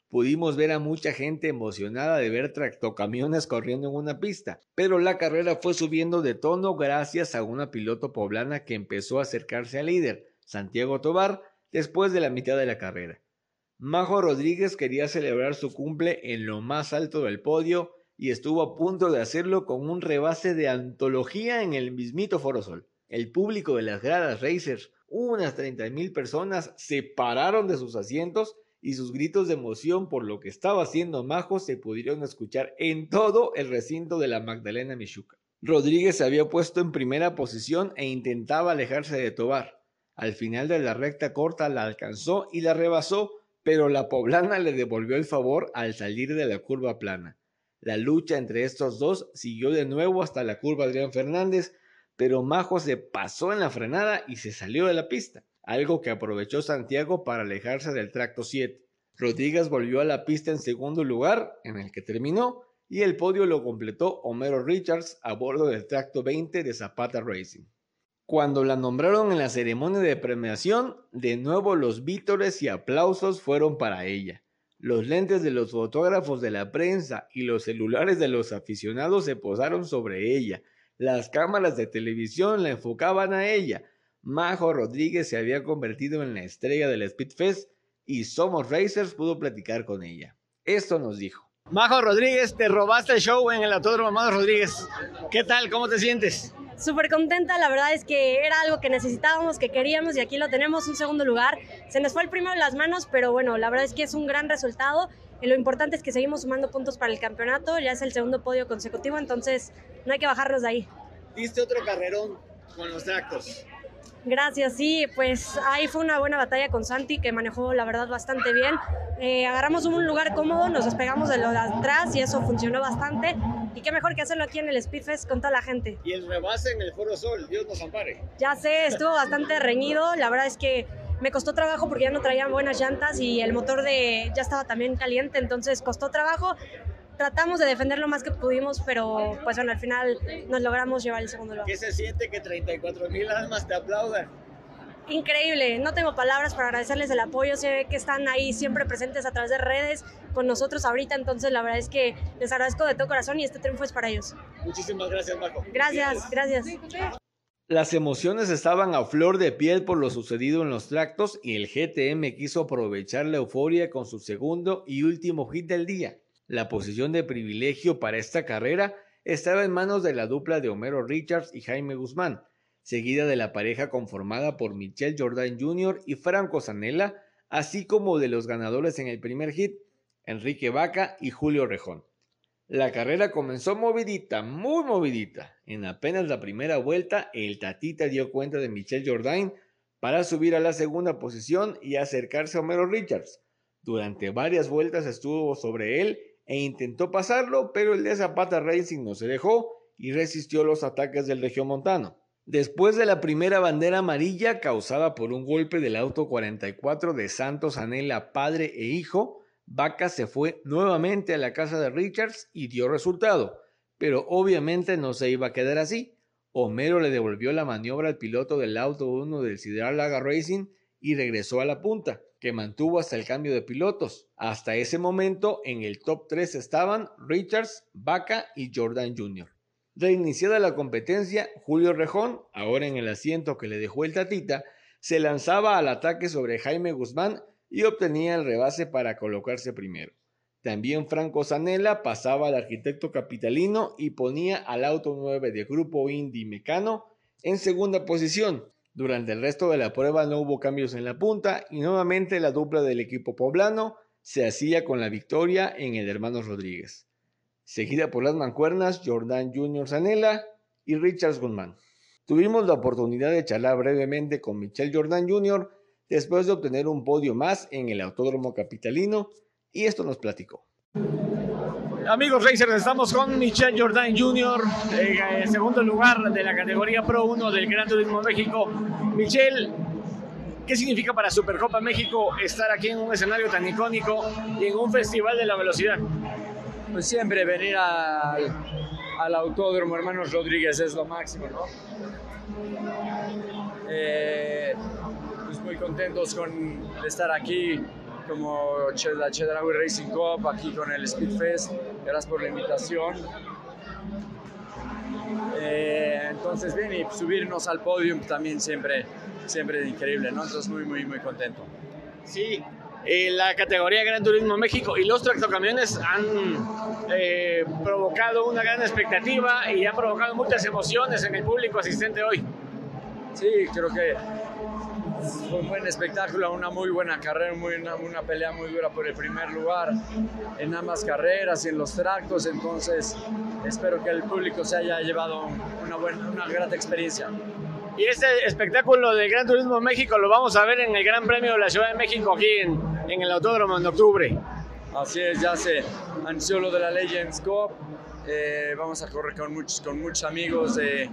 Pudimos ver a mucha gente emocionada de ver tractocamiones corriendo en una pista, pero la carrera fue subiendo de tono gracias a una piloto poblana que empezó a acercarse al líder, Santiago Tovar, después de la mitad de la carrera. Majo Rodríguez quería celebrar su cumple en lo más alto del podio y estuvo a punto de hacerlo con un rebase de antología en el mismito Foro Sol. El público de las gradas Racers, unas 30,000 personas, se pararon de sus asientos y sus gritos de emoción por lo que estaba haciendo Majo se pudieron escuchar en todo el recinto de la Magdalena Mixhuca. Rodríguez se había puesto en primera posición e intentaba alejarse de Tovar. Al final de la recta corta la alcanzó y la rebasó, pero la poblana le devolvió el favor al salir de la curva plana. La lucha entre estos dos siguió de nuevo hasta la curva Adrián Fernández, pero Majo se pasó en la frenada y se salió de la pista, algo que aprovechó Santiago para alejarse del tracto 7. Rodríguez volvió a la pista en segundo lugar, en el que terminó, y el podio lo completó Homero Richards a bordo del tracto 20 de Zapata Racing. Cuando la nombraron en la ceremonia de premiación, de nuevo los vítores y aplausos fueron para ella. Los lentes de los fotógrafos de la prensa y los celulares de los aficionados se posaron sobre ella. Las cámaras de televisión la enfocaban a ella. Majo Rodríguez se había convertido en la estrella del Speedfest y Somos Racers pudo platicar con ella. Esto nos dijo. Majo Rodríguez, te robaste el show en el Autódromo Amado Rodríguez. ¿Qué tal? ¿Cómo te sientes? Súper contenta, la verdad es que era algo que necesitábamos, que queríamos y aquí lo tenemos, un segundo lugar. Se nos fue el primero de las manos, pero bueno, la verdad es que es un gran resultado. Y lo importante es que seguimos sumando puntos para el campeonato, ya es el segundo podio consecutivo, entonces no hay que bajarnos de ahí. Diste otro carrerón con los tractos. Gracias, sí, pues ahí fue una buena batalla con Santi, que manejó la verdad bastante bien. Agarramos un lugar cómodo, nos despegamos de lo de atrás y eso funcionó bastante. Y qué mejor que hacerlo aquí en el Speedfest con toda la gente. Y el rebase en el Foro Sol, Dios nos ampare. Ya sé, estuvo bastante reñido, la verdad es que me costó trabajo porque ya no traían buenas llantas y el motor ya estaba también caliente, entonces costó trabajo. Tratamos de defender lo más que pudimos, pero pues bueno, al final nos logramos llevar el segundo lugar. ¿Qué se siente que 34,000 almas te aplaudan? Increíble, no tengo palabras para agradecerles el apoyo, sé que están ahí siempre presentes a través de redes con nosotros ahorita, entonces la verdad es que les agradezco de todo corazón y este triunfo es para ellos. Muchísimas gracias, Majo. Gracias, gracias. Las emociones estaban a flor de piel por lo sucedido en los tractos y el GTM quiso aprovechar la euforia con su segundo y último hit del día. La posición de privilegio para esta carrera estaba en manos de la dupla de Homero Richards y Jaime Guzmán, seguida de la pareja conformada por Michel Jourdain Jr. y Franco Zanella, así como de los ganadores en el primer hit, Enrique Vaca y Julio Rejón. La carrera comenzó movidita, muy movidita. En apenas la primera vuelta, el Tatita dio cuenta de Michel Jourdain para subir a la segunda posición y acercarse a Homero Richards. Durante varias vueltas estuvo sobre él e intentó pasarlo, pero el de Zapata Racing no se dejó y resistió los ataques del regiomontano. Después de la primera bandera amarilla causada por un golpe del auto 44 de Santos Zanella padre e hijo, Vaca se fue nuevamente a la casa de Richards y dio resultado, pero obviamente no se iba a quedar así. Homero le devolvió la maniobra al piloto del auto 1 del Sideral Laga Racing y regresó a la punta, que mantuvo hasta el cambio de pilotos. Hasta ese momento en el top 3 estaban Richards, Vaca y Jourdain Jr. Reiniciada la competencia, Julio Rejón, ahora en el asiento que le dejó el Tatita, se lanzaba al ataque sobre Jaime Guzmán y obtenía el rebase para colocarse primero. También Franco Zanella pasaba al arquitecto capitalino y ponía al auto 9 de Grupo Indy Mecano en segunda posición. Durante el resto de la prueba no hubo cambios en la punta y nuevamente la dupla del equipo poblano se hacía con la victoria en el Hermanos Rodríguez, seguida por las mancuernas Jourdain Jr. Zanella y Richards Guzmán. Tuvimos la oportunidad de charlar brevemente con Michel Jourdain Jr. después de obtener un podio más en el Autódromo Capitalino y esto nos platicó. Amigos Racers, estamos con Michel Jourdain Jr., en segundo lugar de la categoría Pro 1 del Gran Turismo México. Michel, ¿qué significa para Supercopa México estar aquí en un escenario tan icónico y en un festival de la velocidad? Pues siempre venir al Autódromo Hermanos Rodríguez es lo máximo, ¿no? Pues muy contentos de estar aquí como la Chedraui Racing Cup aquí con el Speedfest. Gracias por la invitación. Entonces bien, y subirnos al podio también siempre increíble, ¿no? Entonces muy contento. Sí, la categoría Gran Turismo México y los tractocamiones han provocado una gran expectativa y han provocado muchas emociones en el público asistente hoy. Sí, creo que fue un buen espectáculo, una muy buena carrera, una pelea muy dura por el primer lugar en ambas carreras y en los tractos, entonces espero que el público se haya llevado una grata experiencia. Y este espectáculo del Gran Turismo México lo vamos a ver en el Gran Premio de la Ciudad de México aquí en el Autódromo en octubre. Así es, ya se anunció lo de la Legends Cup, vamos a correr con muchos amigos de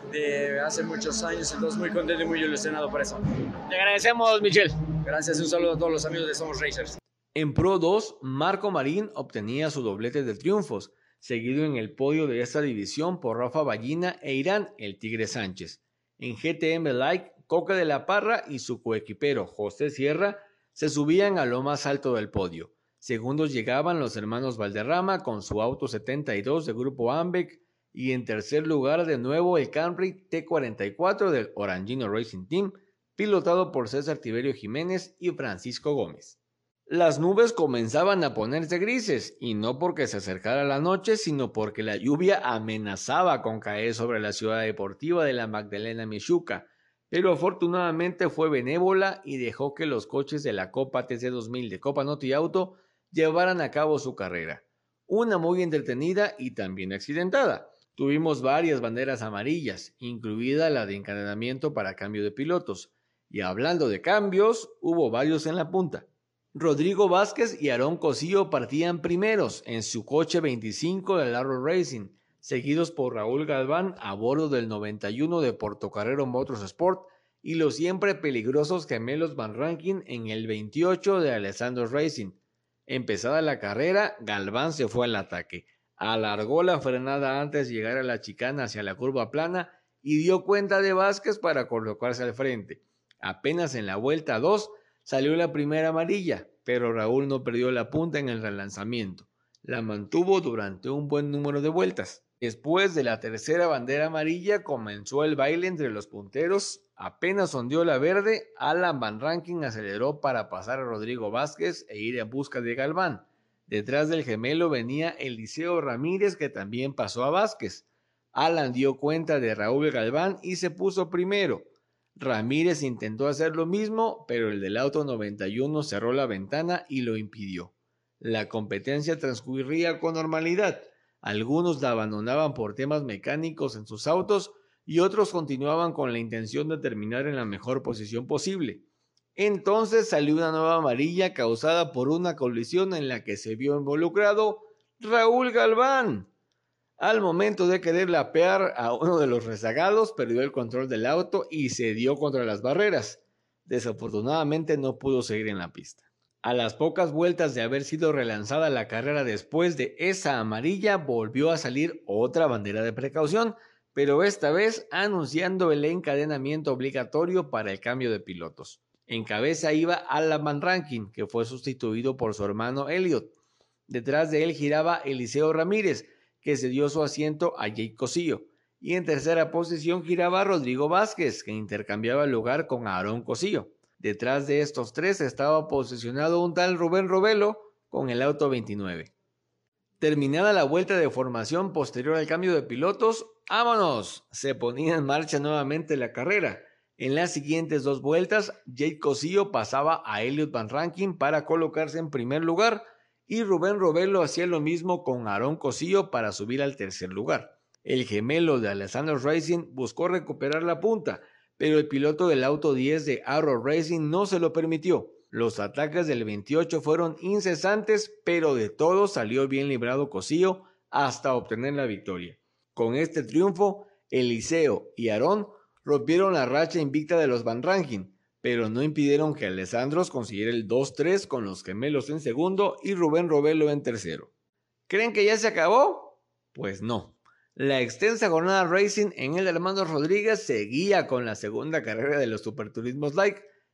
hace muchos años, entonces muy contento y muy ilusionado por eso. Te agradecemos, Michel. Gracias, un saludo a todos los amigos de Somos Racers. En Pro 2, Marco Marín obtenía su doblete de triunfos, seguido en el podio de esta división por Rafa Ballina e Irán, el Tigre Sánchez. En GTM Like, Coca de la Parra y su coequipero José Sierra se subían a lo más alto del podio. Segundos llegaban los hermanos Valderrama con su auto 72 de Grupo Ambec, y en tercer lugar de nuevo el Camry T44 del Orangino Racing Team, pilotado por César Tiberio Jiménez y Francisco Gómez. Las nubes comenzaban a ponerse grises, y no porque se acercara la noche, sino porque la lluvia amenazaba con caer sobre la ciudad deportiva de la Magdalena Mixhuca, pero afortunadamente fue benévola y dejó que los coches de la Copa TC2000 de Copa Noti Auto llevaran a cabo su carrera. Una muy entretenida y también accidentada. Tuvimos varias banderas amarillas, incluida la de encadenamiento para cambio de pilotos. Y hablando de cambios, hubo varios en la punta. Rodrigo Vázquez y Aarón Cosío partían primeros en su coche 25 del Arrow Racing, seguidos por Raúl Galván a bordo del 91 de Portocarrero Motorsport y los siempre peligrosos gemelos Van Rankin en el 28 de Alessandro Racing. Empezada la carrera, Galván se fue al ataque. Alargó la frenada antes de llegar a la chicana hacia la curva plana y dio cuenta de Vázquez para colocarse al frente. Apenas en la vuelta 2 salió la primera amarilla, pero Raúl no perdió la punta en el relanzamiento. La mantuvo durante un buen número de vueltas. Después de la tercera bandera amarilla comenzó el baile entre los punteros. Apenas ondeó la verde, Alan Van Rankin aceleró para pasar a Rodrigo Vázquez e ir en busca de Galván. Detrás del gemelo venía Eliseo Ramírez, que también pasó a Vázquez. Alan dio cuenta de Raúl Galván y se puso primero. Ramírez intentó hacer lo mismo, pero el del auto 91 cerró la ventana y lo impidió. La competencia transcurría con normalidad. Algunos la abandonaban por temas mecánicos en sus autos y otros continuaban con la intención de terminar en la mejor posición posible. Entonces salió una nueva amarilla causada por una colisión en la que se vio involucrado Raúl Galván. Al momento de querer lapear a uno de los rezagados, perdió el control del auto y se dio contra las barreras. Desafortunadamente no pudo seguir en la pista. A las pocas vueltas de haber sido relanzada la carrera después de esa amarilla, volvió a salir otra bandera de precaución, pero esta vez anunciando el encadenamiento obligatorio para el cambio de pilotos. En cabeza iba Alan Van Rankin, que fue sustituido por su hermano Elliot. Detrás de él giraba Eliseo Ramírez, que cedió su asiento a Jake Cosío. Y en tercera posición giraba Rodrigo Vázquez, que intercambiaba el lugar con Aarón Cosío. Detrás de estos tres estaba posicionado un tal Rubén Robelo con el auto 29. Terminada la vuelta de formación posterior al cambio de pilotos, ¡vámonos! Se ponía en marcha nuevamente la carrera. En las siguientes dos vueltas, Jake Cosío pasaba a Elliot Van Rankin para colocarse en primer lugar y Rubén Robelo hacía lo mismo con Aarón Cosío para subir al tercer lugar. El gemelo de Alessandro Racing buscó recuperar la punta, pero el piloto del auto 10 de Arrow Racing no se lo permitió. Los ataques del 28 fueron incesantes, pero de todo salió bien librado Cosío hasta obtener la victoria. Con este triunfo, Eliseo y Aarón rompieron la racha invicta de los Van Rankin, pero no impidieron que Alessandros consiguiera el 2-3 con los gemelos en segundo y Rubén Robelo en tercero. ¿Creen que ya se acabó? Pues no. La extensa jornada Racing en el Hermanos Rodríguez seguía con la segunda carrera de los Superturismos Like,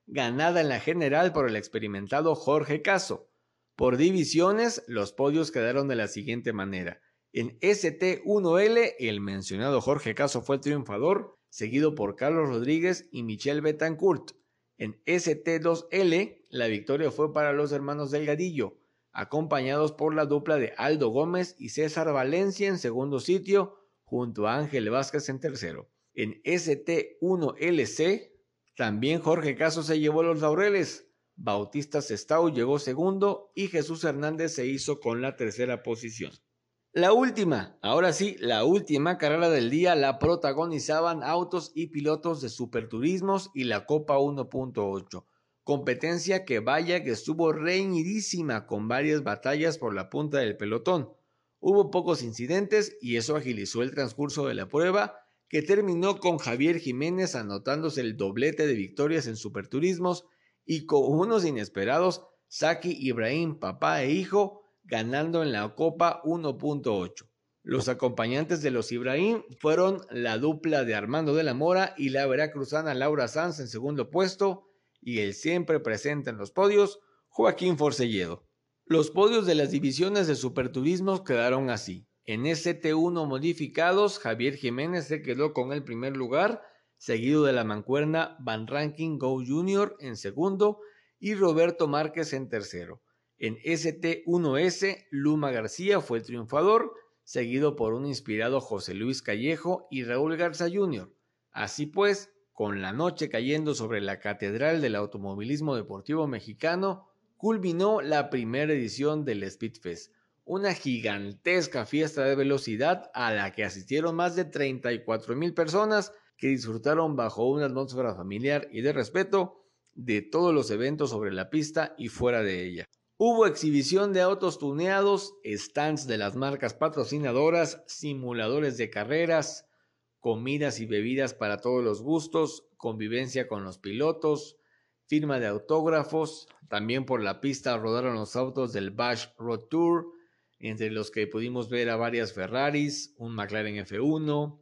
ganada en la general por el experimentado Jorge Caso. Por divisiones, los podios quedaron de la siguiente manera. En ST1L, el mencionado Jorge Caso fue el triunfador, seguido por Carlos Rodríguez y Michel Betancourt. En ST2L, la victoria fue para los hermanos Delgadillo, acompañados por la dupla de Aldo Gómez y César Valencia en segundo sitio, junto a Ángel Vázquez en tercero. En ST1LC, también Jorge Caso se llevó los laureles. Bautista Sestao llegó segundo y Jesús Hernández se hizo con la tercera posición. La última carrera del día la protagonizaban autos y pilotos de Superturismos y la Copa 1.8. Competencia que vaya que estuvo reñidísima con varias batallas por la punta del pelotón. Hubo pocos incidentes y eso agilizó el transcurso de la prueba, que terminó con Javier Jiménez anotándose el doblete de victorias en Superturismos y con unos inesperados, Saki Ibrahim, papá e hijo, ganando en la Copa 1.8. Los acompañantes de los Ibrahim fueron la dupla de Armando de la Mora y la veracruzana Laura Sanz en segundo puesto, y el siempre presente en los podios, Joaquín Forcelledo. Los podios de las divisiones de Superturismos quedaron así. En ST1 modificados, Javier Jiménez se quedó con el primer lugar, seguido de la mancuerna Van Ranking Go Jr. en segundo y Roberto Márquez en tercero. En ST1S, Luma García fue el triunfador, seguido por un inspirado José Luis Callejo y Raúl Garza Jr. Así pues, con la noche cayendo sobre la catedral del automovilismo deportivo mexicano, culminó la primera edición del Speedfest, una gigantesca fiesta de velocidad a la que asistieron más de 34,000 personas que disfrutaron bajo una atmósfera familiar y de respeto de todos los eventos sobre la pista y fuera de ella. Hubo exhibición de autos tuneados, stands de las marcas patrocinadoras, simuladores de carreras, comidas y bebidas para todos los gustos, convivencia con los pilotos, firma de autógrafos. También por la pista rodaron los autos del Bash Road Tour, entre los que pudimos ver a varias Ferraris, un McLaren F1,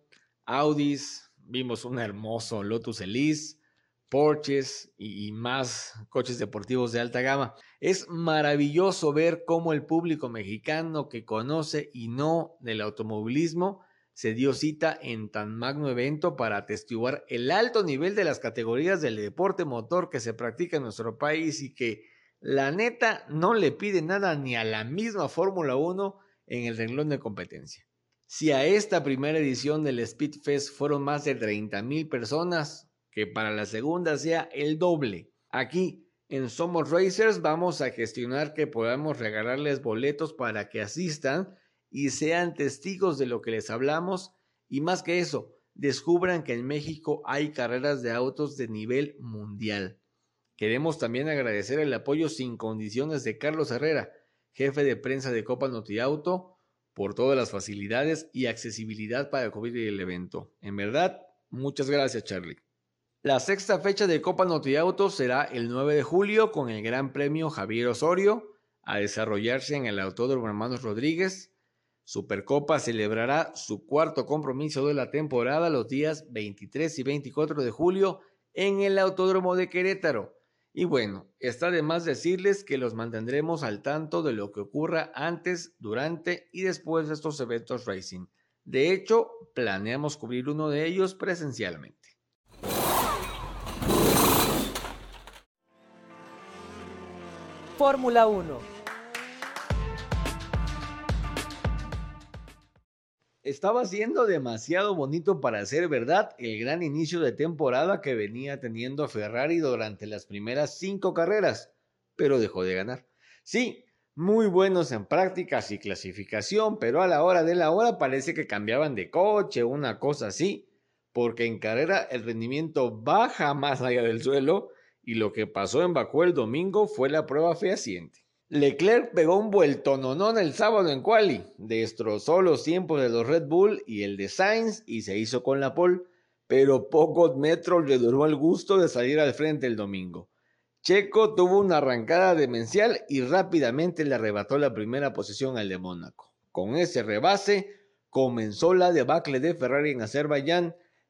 Audis, vimos un hermoso Lotus Elise, Porsches y más coches deportivos de alta gama. Es maravilloso ver cómo el público mexicano que conoce y no del automovilismo se dio cita en tan magno evento para atestiguar el alto nivel de las categorías del deporte motor que se practica en nuestro país y que, la neta, no le pide nada ni a la misma Fórmula 1 en el renglón de competencia. Si a esta primera edición del Speedfest fueron más de 30,000 personas, que para la segunda sea el doble. Aquí, en Somos Racers, vamos a gestionar que podamos regalarles boletos para que asistan y sean testigos de lo que les hablamos, y más que eso, descubran que en México hay carreras de autos de nivel mundial. Queremos también agradecer el apoyo sin condiciones de Carlos Herrera, jefe de prensa de Copa Notiauto, por todas las facilidades y accesibilidad para cubrir el evento. En verdad, muchas gracias, Charlie. La sexta fecha de Copa Notiauto será el 9 de julio con el Gran Premio Javier Osorio, a desarrollarse en el Autódromo Hermanos Rodríguez. Supercopa celebrará su cuarto compromiso de la temporada los días 23 y 24 de julio en el Autódromo de Querétaro. Y bueno, está de más decirles que los mantendremos al tanto de lo que ocurra antes, durante y después de estos eventos racing. De hecho, planeamos cubrir uno de ellos presencialmente. Fórmula 1. Estaba siendo demasiado bonito para ser verdad el gran inicio de temporada que venía teniendo Ferrari durante las primeras 5 carreras, pero dejó de ganar. Sí, muy buenos en prácticas y clasificación, pero a la hora de la hora parece que cambiaban de coche, una cosa así, porque en carrera el rendimiento baja más allá del suelo y lo que pasó en Bakú el domingo fue la prueba fehaciente. Leclerc pegó un vueltononón el sábado en quali, destrozó los tiempos de los Red Bull y el de Sainz y se hizo con la pole, pero pocos metros le duró el gusto de salir al frente el domingo. Checo tuvo una arrancada demencial y rápidamente le arrebató la primera posición al de Mónaco. Con ese rebase comenzó la debacle de Ferrari en Azerbaiyán,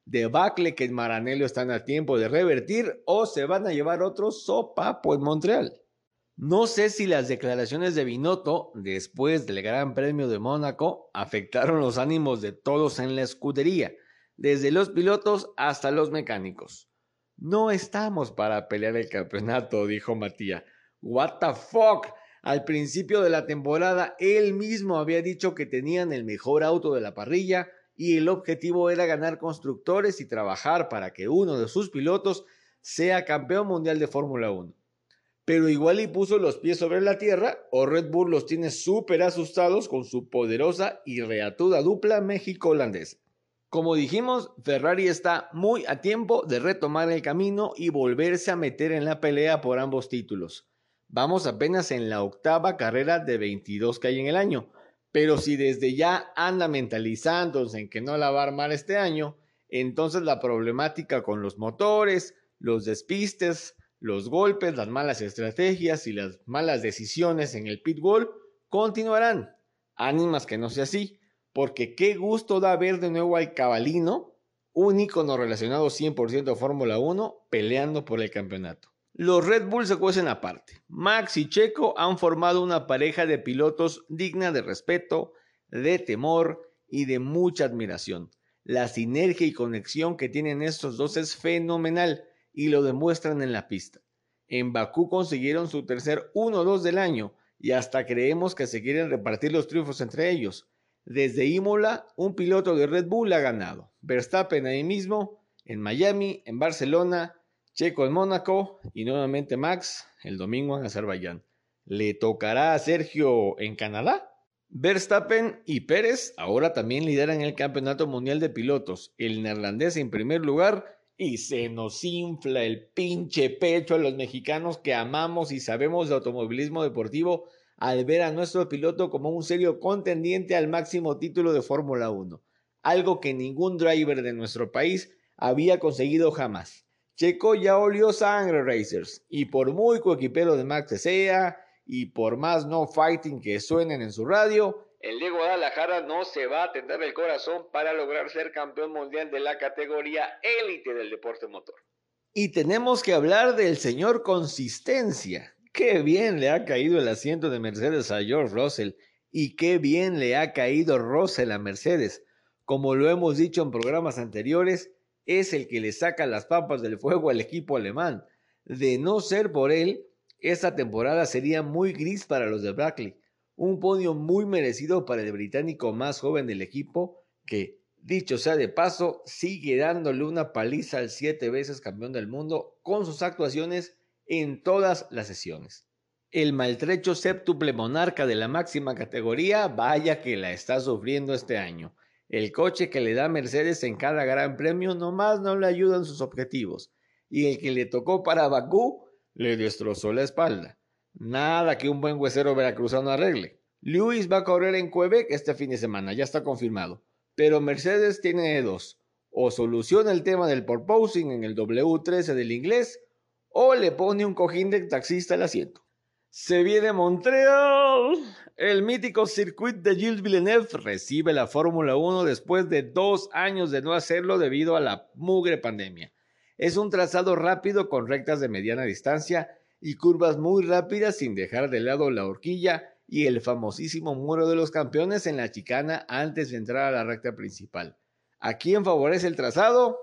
debacle que en Maranello están a tiempo de revertir o se van a llevar otro sopapo en Montreal. No sé si las declaraciones de Binotto después del Gran Premio de Mónaco afectaron los ánimos de todos en la escudería, desde los pilotos hasta los mecánicos. No estamos para pelear el campeonato, dijo Matías. What the fuck? Al principio de la temporada él mismo había dicho que tenían el mejor auto de la parrilla y el objetivo era ganar constructores y trabajar para que uno de sus pilotos sea campeón mundial de Fórmula 1. Pero igual y puso los pies sobre la tierra o Red Bull los tiene súper asustados con su poderosa y reatuda dupla México-holandesa. Como dijimos, Ferrari está muy a tiempo de retomar el camino y volverse a meter en la pelea por ambos títulos. Vamos apenas en la 8ª carrera de 22 que hay en el año, pero si desde ya anda mentalizándose en que no la va a armar este año, entonces la problemática con los motores, los despistes, los golpes, las malas estrategias y las malas decisiones en el pit wall continuarán. Ánimas que no sea así, porque qué gusto da ver de nuevo al cabalino, un ícono relacionado 100% a Fórmula 1, peleando por el campeonato. Los Red Bull se cuecen aparte. Max y Checo han formado una pareja de pilotos digna de respeto, de temor y de mucha admiración. La sinergia y conexión que tienen estos dos es fenomenal y lo demuestran en la pista. En Bakú consiguieron su tercer 1-2 del año y hasta creemos que se quieren repartir los triunfos entre ellos. Desde Imola, un piloto de Red Bull ha ganado. Verstappen ahí mismo, en Miami, en Barcelona, Checo en Mónaco y nuevamente Max el domingo en Azerbaiyán. ¿Le tocará a Sergio en Canadá? Verstappen y Pérez ahora también lideran el Campeonato Mundial de Pilotos, el neerlandés en primer lugar, y se nos infla el pinche pecho a los mexicanos que amamos y sabemos de automovilismo deportivo al ver a nuestro piloto como un serio contendiente al máximo título de Fórmula 1, algo que ningún driver de nuestro país había conseguido jamás. Checo ya olió sangre, Racers, y por muy coequipero de Max sea, y por más no fighting que suenen en su radio, el de Guadalajara no se va a tender el corazón para lograr ser campeón mundial de la categoría élite del deporte motor. Y tenemos que hablar del señor Consistencia. Qué bien le ha caído el asiento de Mercedes a George Russell, y qué bien le ha caído Russell a Mercedes. Como lo hemos dicho en programas anteriores, es el que le saca las papas del fuego al equipo alemán. De no ser por él, esta temporada sería muy gris para los de Brackley. Un podio muy merecido para el británico más joven del equipo, que, dicho sea de paso, sigue dándole una paliza al 7 veces campeón del mundo con sus actuaciones en todas las sesiones. El maltrecho séptuple monarca de la máxima categoría, vaya que la está sufriendo este año. El coche que le da Mercedes en cada gran premio nomás no le ayuda en sus objetivos, y el que le tocó para Bakú le destrozó la espalda. Nada que un buen huesero veracruzano arregle. Lewis va a correr en Quebec este fin de semana, ya está confirmado, pero Mercedes tiene dos: o soluciona el tema del porpoising en el W13 del inglés, o le pone un cojín de taxista al asiento. Se viene Montreal. El mítico circuit de Gilles Villeneuve recibe la Fórmula 1 después de 2 años de no hacerlo debido a la mugre pandemia. Es un trazado rápido con rectas de mediana distancia y curvas muy rápidas sin dejar de lado la horquilla y el famosísimo muro de los campeones en la chicana antes de entrar a la recta principal. ¿A quién favorece el trazado?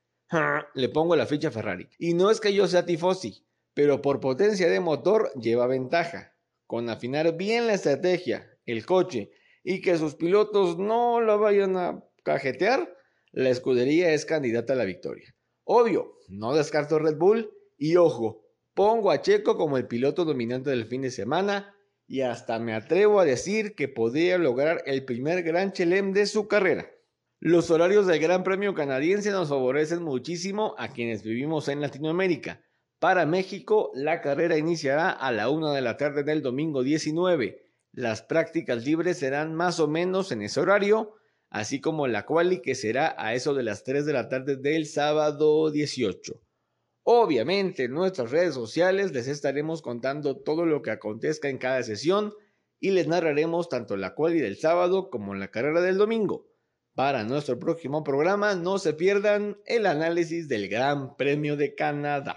Le pongo la ficha a Ferrari. Y no es que yo sea tifosi, pero por potencia de motor lleva ventaja. Con afinar bien la estrategia, el coche, y que sus pilotos no lo vayan a cajetear, la escudería es candidata a la victoria. Obvio, no descarto Red Bull, y ojo, pongo a Checo como el piloto dominante del fin de semana, y hasta me atrevo a decir que podría lograr el primer Gran Chelem de su carrera. Los horarios del Gran Premio canadiense nos favorecen muchísimo a quienes vivimos en Latinoamérica. Para México, la carrera iniciará a la 1 de la tarde del domingo 19. Las prácticas libres serán más o menos en ese horario, así como la quali, que será a eso de las 3 de la tarde del sábado 18. Obviamente en nuestras redes sociales les estaremos contando todo lo que acontezca en cada sesión y les narraremos tanto la quali del sábado como la carrera del domingo. Para nuestro próximo programa, no se pierdan el análisis del Gran Premio de Canadá.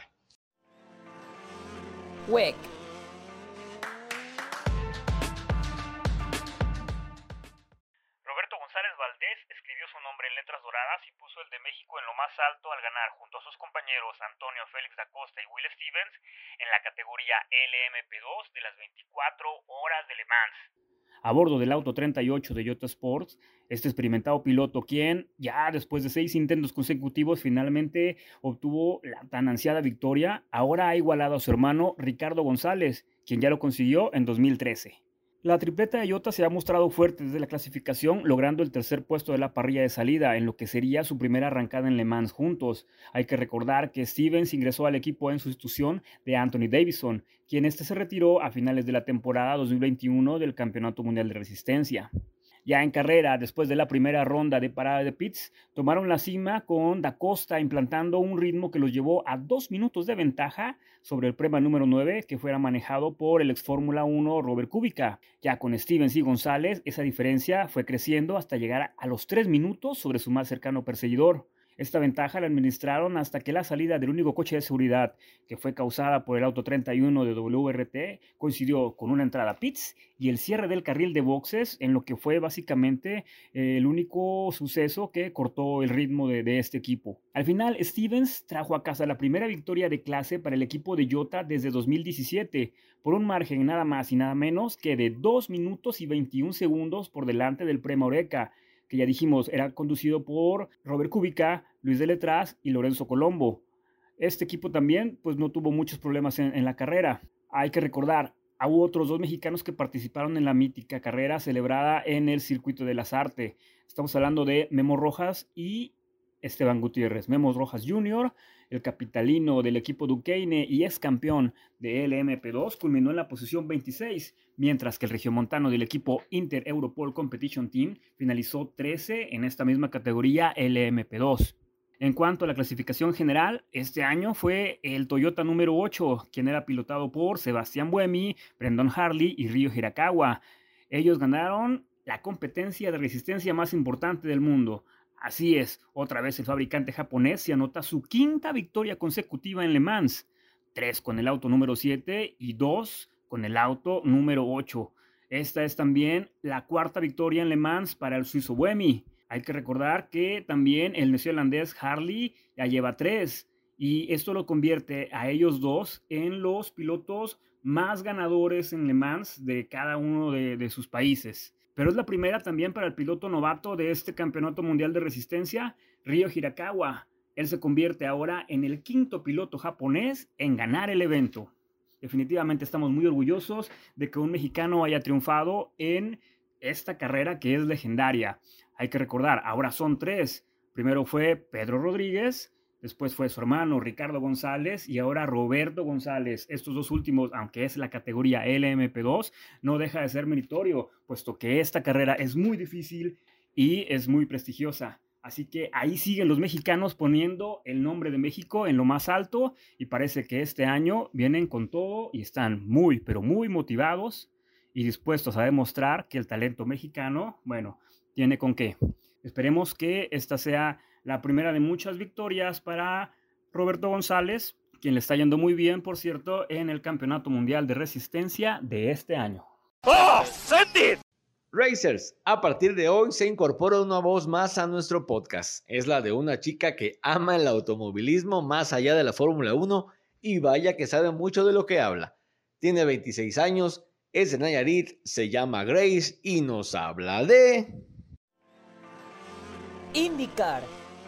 WEC. Roberto González Valdés escribió su nombre en letras doradas y puso el de México en lo más alto al ganar junto a sus compañeros Antonio Félix da Costa y Will Stevens en la categoría LMP2 de las 24 horas de Le Mans. A bordo del auto 38 de Toyota Sports, este experimentado piloto, quien ya después de 6 intentos consecutivos finalmente obtuvo la tan ansiada victoria, ahora ha igualado a su hermano Ricardo González, quien ya lo consiguió en 2013. La tripleta de Toyota se ha mostrado fuerte desde la clasificación, logrando el tercer puesto de la parrilla de salida en lo que sería su primera arrancada en Le Mans juntos. Hay que recordar que Stevens ingresó al equipo en sustitución de Anthony Davidson, quien se retiró a finales de la temporada 2021 del Campeonato Mundial de Resistencia. Ya en carrera, después de la primera ronda de parada de pits, tomaron la cima con Da Costa implantando un ritmo que los llevó a 2 minutos de ventaja sobre el Prema número 9 que fuera manejado por el ex Fórmula 1 Robert Kubica. Ya con Stevens y González, esa diferencia fue creciendo hasta llegar a los 3 minutos sobre su más cercano perseguidor. Esta ventaja la administraron hasta que la salida del único coche de seguridad, que fue causada por el auto 31 de WRT, coincidió con una entrada a pits y el cierre del carril de boxes, en lo que fue básicamente el único suceso que cortó el ritmo de este equipo. Al final, Stevens trajo a casa la primera victoria de clase para el equipo de Toyota desde 2017, por un margen nada más y nada menos que de 2 minutos y 21 segundos por delante del Prema Oreca, que ya dijimos era conducido por Robert Kubica, Luis de Letras y Lorenzo Colombo. Este equipo también pues no tuvo muchos problemas en la carrera. Hay que recordar, hubo otros 2 mexicanos que participaron en la mítica carrera celebrada en el Circuito de Lasarte. Estamos hablando de Memo Rojas y Esteban Gutiérrez. Memo Rojas Jr., el capitalino del equipo Duqueine y ex campeón de LMP2, culminó en la posición 26, mientras que el regiomontano del equipo Inter Europol Competition Team finalizó 13 en esta misma categoría LMP2. En cuanto a la clasificación general, este año fue el Toyota número 8, quien era pilotado por Sebastián Buemi, Brendan Hartley y Ryo Hirakawa. Ellos ganaron la competencia de resistencia más importante del mundo. Así es, otra vez el fabricante japonés se anota su 5ª victoria consecutiva en Le Mans, 3 con el auto número 7 y 2 con el auto número 8. Esta es también la 4ª victoria en Le Mans para el suizo Buemi. Hay que recordar que también el neozelandés Hartley ya lleva 3 y esto lo convierte a ellos 2 en los pilotos más ganadores en Le Mans de cada uno de sus países. Pero es la primera también para el piloto novato de este Campeonato Mundial de Resistencia, Ryo Hirakawa. Él se convierte ahora en el 5º piloto japonés en ganar el evento. Definitivamente estamos muy orgullosos de que un mexicano haya triunfado en esta carrera que es legendaria. Hay que recordar, ahora son 3. Primero fue Pedro Rodríguez, después fue su hermano Ricardo González y ahora Roberto González. Estos 2 últimos, aunque es la categoría LMP2, no deja de ser meritorio, puesto que esta carrera es muy difícil y es muy prestigiosa. Así que ahí siguen los mexicanos poniendo el nombre de México en lo más alto y parece que este año vienen con todo y están muy, pero muy motivados y dispuestos a demostrar que el talento mexicano, bueno, tiene con qué. Esperemos que esta sea la primera de muchas victorias para Roberto González, quien le está yendo muy bien, por cierto, en el Campeonato Mundial de Resistencia de este año. ¡Oh, send it! Racers, a partir de hoy se incorpora una voz más a nuestro podcast. Es la de una chica que ama el automovilismo más allá de la Fórmula 1 y vaya que sabe mucho de lo que habla. Tiene 26 años, es de Nayarit, se llama Grace y nos habla de... IndyCar.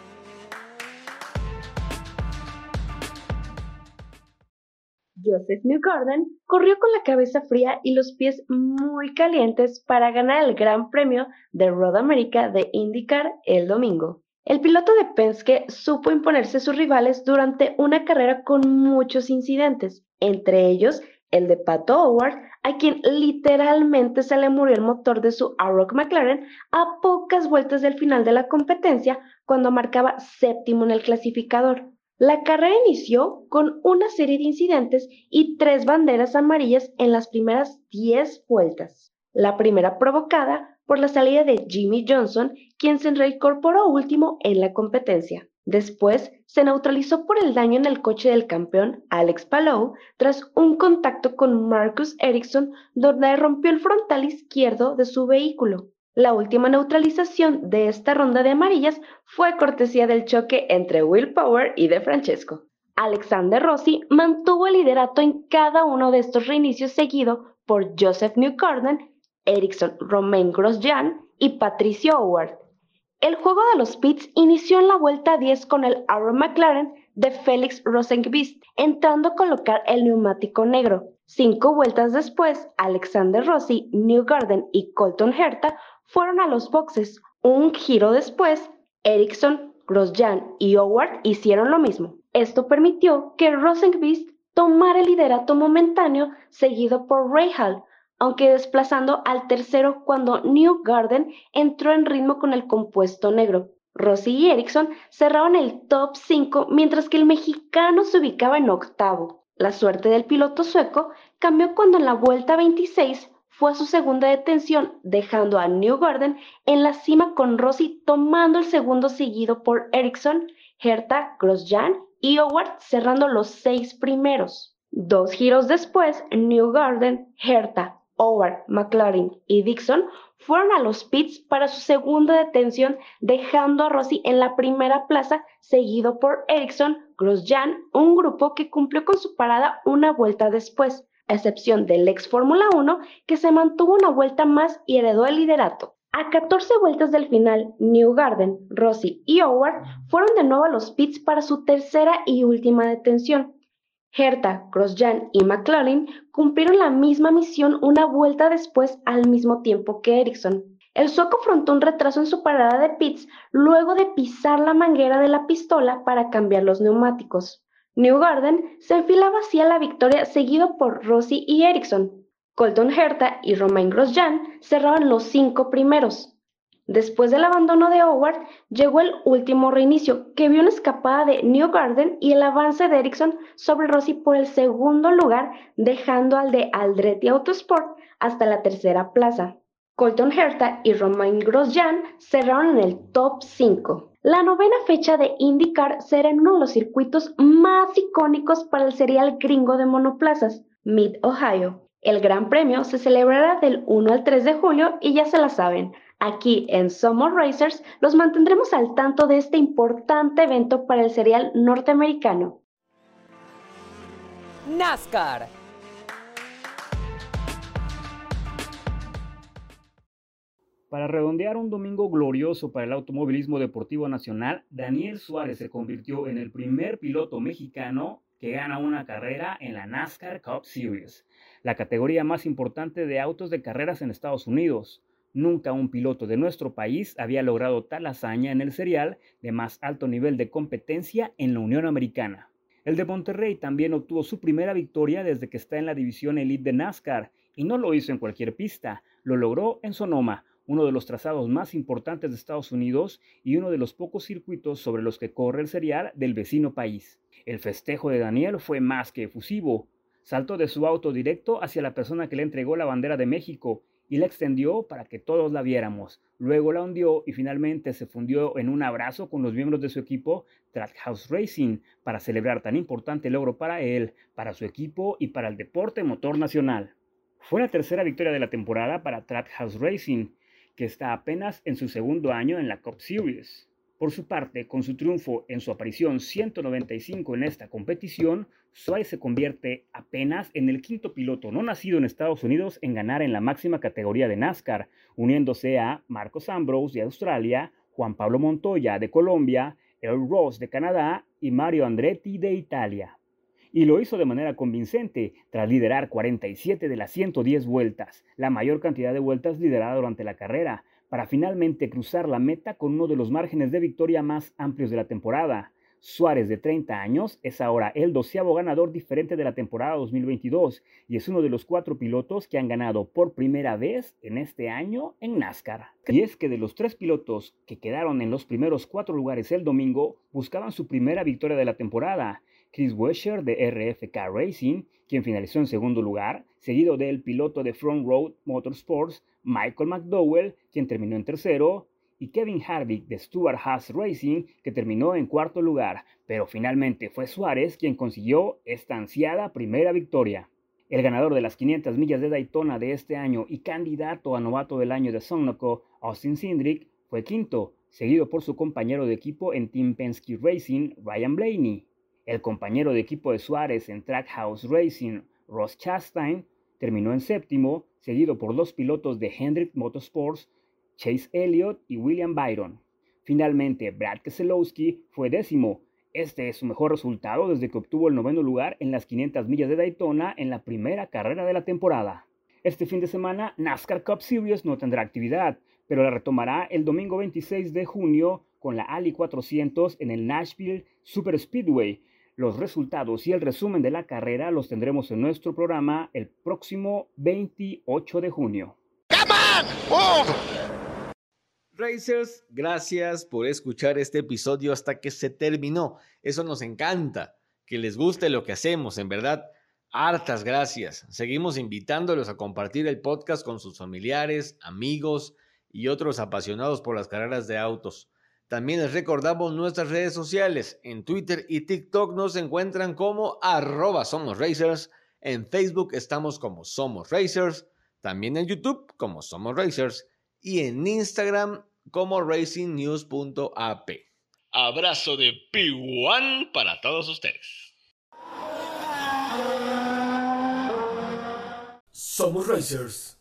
Joseph Newgarden corrió con la cabeza fría y los pies muy calientes para ganar el Gran Premio de Road America de IndyCar el domingo. El piloto de Penske supo imponerse a sus rivales durante una carrera con muchos incidentes, entre ellos el de Pato O'Ward, a quien literalmente se le murió el motor de su Arrow McLaren a pocas vueltas del final de la competencia cuando marcaba 7º en el clasificador. La carrera inició con una serie de incidentes y 3 banderas amarillas en las primeras 10 vueltas. La primera provocada por la salida de Jimmy Johnson, quien se reincorporó último en la competencia. Después, se neutralizó por el daño en el coche del campeón Alex Palou tras un contacto con Marcus Ericsson donde rompió el frontal izquierdo de su vehículo. La última neutralización de esta ronda de amarillas fue cortesía del choque entre Will Power y De Francesco. Alexander Rossi mantuvo el liderato en cada uno de estos reinicios seguido por Joseph Newgarden, Ericsson, Romain Grosjean y Patricio Howard. El juego de los pits inició en la vuelta 10 con el Arrow McLaren de Felix Rosenqvist entrando a colocar el neumático negro. 5 vueltas después, Alexander Rossi, Newgarden y Colton Herta fueron a los boxes. Un giro después, Ericsson, Grosjean y Howard hicieron lo mismo. Esto permitió que Rosenqvist tomara el liderato momentáneo seguido por Rahal, aunque desplazando al tercero cuando Newgarden entró en ritmo con el compuesto negro. Rossi y Ericsson cerraron el top 5 mientras que el mexicano se ubicaba en octavo. La suerte del piloto sueco cambió cuando en la vuelta 26 fue a su segunda detención, dejando a Newgarden en la cima con Rossi tomando el segundo seguido por Ericsson, Herta, Grosjean y Howard cerrando los 6 primeros. 2 giros después, Newgarden, Herta, Howard, McLaren y Dixon fueron a los pits para su segunda detención, dejando a Rossi en la primera plaza, seguido por Ericsson, Grosjean, un grupo que cumplió con su parada una vuelta después, a excepción del ex Fórmula 1, que se mantuvo una vuelta más y heredó el liderato. A 14 vueltas del final, Newgarden, Rossi y Howard fueron de nuevo a los pits para su tercera y última detención. Herta, Grosjean y McLaren cumplieron la misma misión una vuelta después al mismo tiempo que Ericsson. El sueco afrontó un retraso en su parada de pits luego de pisar la manguera de la pistola para cambiar los neumáticos. Newgarden se enfilaba hacia la victoria seguido por Rossi y Ericsson. Colton Herta y Romain Grosjean cerraban los 5 primeros. Después del abandono de Howard, llegó el último reinicio, que vio una escapada de Newgarden y el avance de Ericsson sobre Rossi por el segundo lugar, dejando al de Andretti Autosport hasta la tercera plaza. Colton Herta y Romain Grosjean cerraron en el top 5. La novena fecha de IndyCar será en uno de los circuitos más icónicos para el serial gringo de monoplazas, Mid-Ohio. El Gran Premio se celebrará del 1 al 3 de julio y ya se la saben. Aquí en Somos Racers los mantendremos al tanto de este importante evento para el serial norteamericano. NASCAR. Para redondear un domingo glorioso para el automovilismo deportivo nacional, Daniel Suárez se convirtió en el primer piloto mexicano que gana una carrera en la NASCAR Cup Series, la categoría más importante de autos de carreras en Estados Unidos. Nunca un piloto de nuestro país había logrado tal hazaña en el serial de más alto nivel de competencia en la Unión Americana. El de Monterrey también obtuvo su primera victoria desde que está en la división Elite de NASCAR, y no lo hizo en cualquier pista, lo logró en Sonoma, uno de los trazados más importantes de Estados Unidos y uno de los pocos circuitos sobre los que corre el serial del vecino país. El festejo de Daniel fue más que efusivo. Saltó de su auto directo hacia la persona que le entregó la bandera de México y la extendió para que todos la viéramos. Luego la hundió y finalmente se fundió en un abrazo con los miembros de su equipo Trackhouse Racing para celebrar tan importante logro para él, para su equipo y para el deporte motor nacional. Fue la tercera victoria de la temporada para Trackhouse Racing, que está apenas en su segundo año en la Cup Series. Por su parte, con su triunfo en su aparición 195 en esta competición, Suárez se convierte apenas en el quinto piloto no nacido en Estados Unidos en ganar en la máxima categoría de NASCAR, uniéndose a Marcos Ambrose de Australia, Juan Pablo Montoya de Colombia, Earl Ross de Canadá y Mario Andretti de Italia. Y lo hizo de manera convincente, tras liderar 47 de las 110 vueltas, la mayor cantidad de vueltas liderada durante la carrera, para finalmente cruzar la meta con uno de los márgenes de victoria más amplios de la temporada. Suárez, de 30 años, es ahora el 12º ganador diferente de la temporada 2022 y es uno de los 4 pilotos que han ganado por primera vez en este año en NASCAR. Y es que de los 3 pilotos que quedaron en los primeros 4 lugares el domingo, buscaban su primera victoria de la temporada. Chris Buescher de RFK Racing, quien finalizó en segundo lugar, seguido del piloto de Front Row Motorsports, Michael McDowell, quien terminó en tercero, y Kevin Harvick de Stewart Haas Racing, que terminó en cuarto lugar, pero finalmente fue Suárez quien consiguió esta ansiada primera victoria. El ganador de las 500 millas de Daytona de este año y candidato a novato del año de Sunoco, Austin Cindric, fue quinto, seguido por su compañero de equipo en Team Penske Racing, Ryan Blaney. El compañero de equipo de Suárez en Trackhouse Racing, Ross Chastain, terminó en séptimo, seguido por 2 pilotos de Hendrick Motorsports, Chase Elliott y William Byron. Finalmente, Brad Keselowski fue décimo. Este es su mejor resultado desde que obtuvo el 9º lugar en las 500 millas de Daytona en la primera carrera de la temporada. Este fin de semana, NASCAR Cup Series no tendrá actividad, pero la retomará el domingo 26 de junio con la Ali 400 en el Nashville Super Speedway. Los resultados y el resumen de la carrera los tendremos en nuestro programa el próximo 28 de junio. Racers, gracias por escuchar este episodio hasta que se terminó. Eso nos encanta, que les guste lo que hacemos, en verdad. Hartas gracias. Seguimos invitándolos a compartir el podcast con sus familiares, amigos y otros apasionados por las carreras de autos. También les recordamos nuestras redes sociales. En Twitter y TikTok nos encuentran como @SomosRacers. En Facebook estamos como Somos Racers. También en YouTube como Somos Racers. Y en Instagram como racingnews.ap. Abrazo de P1 para todos ustedes. Somos Racers.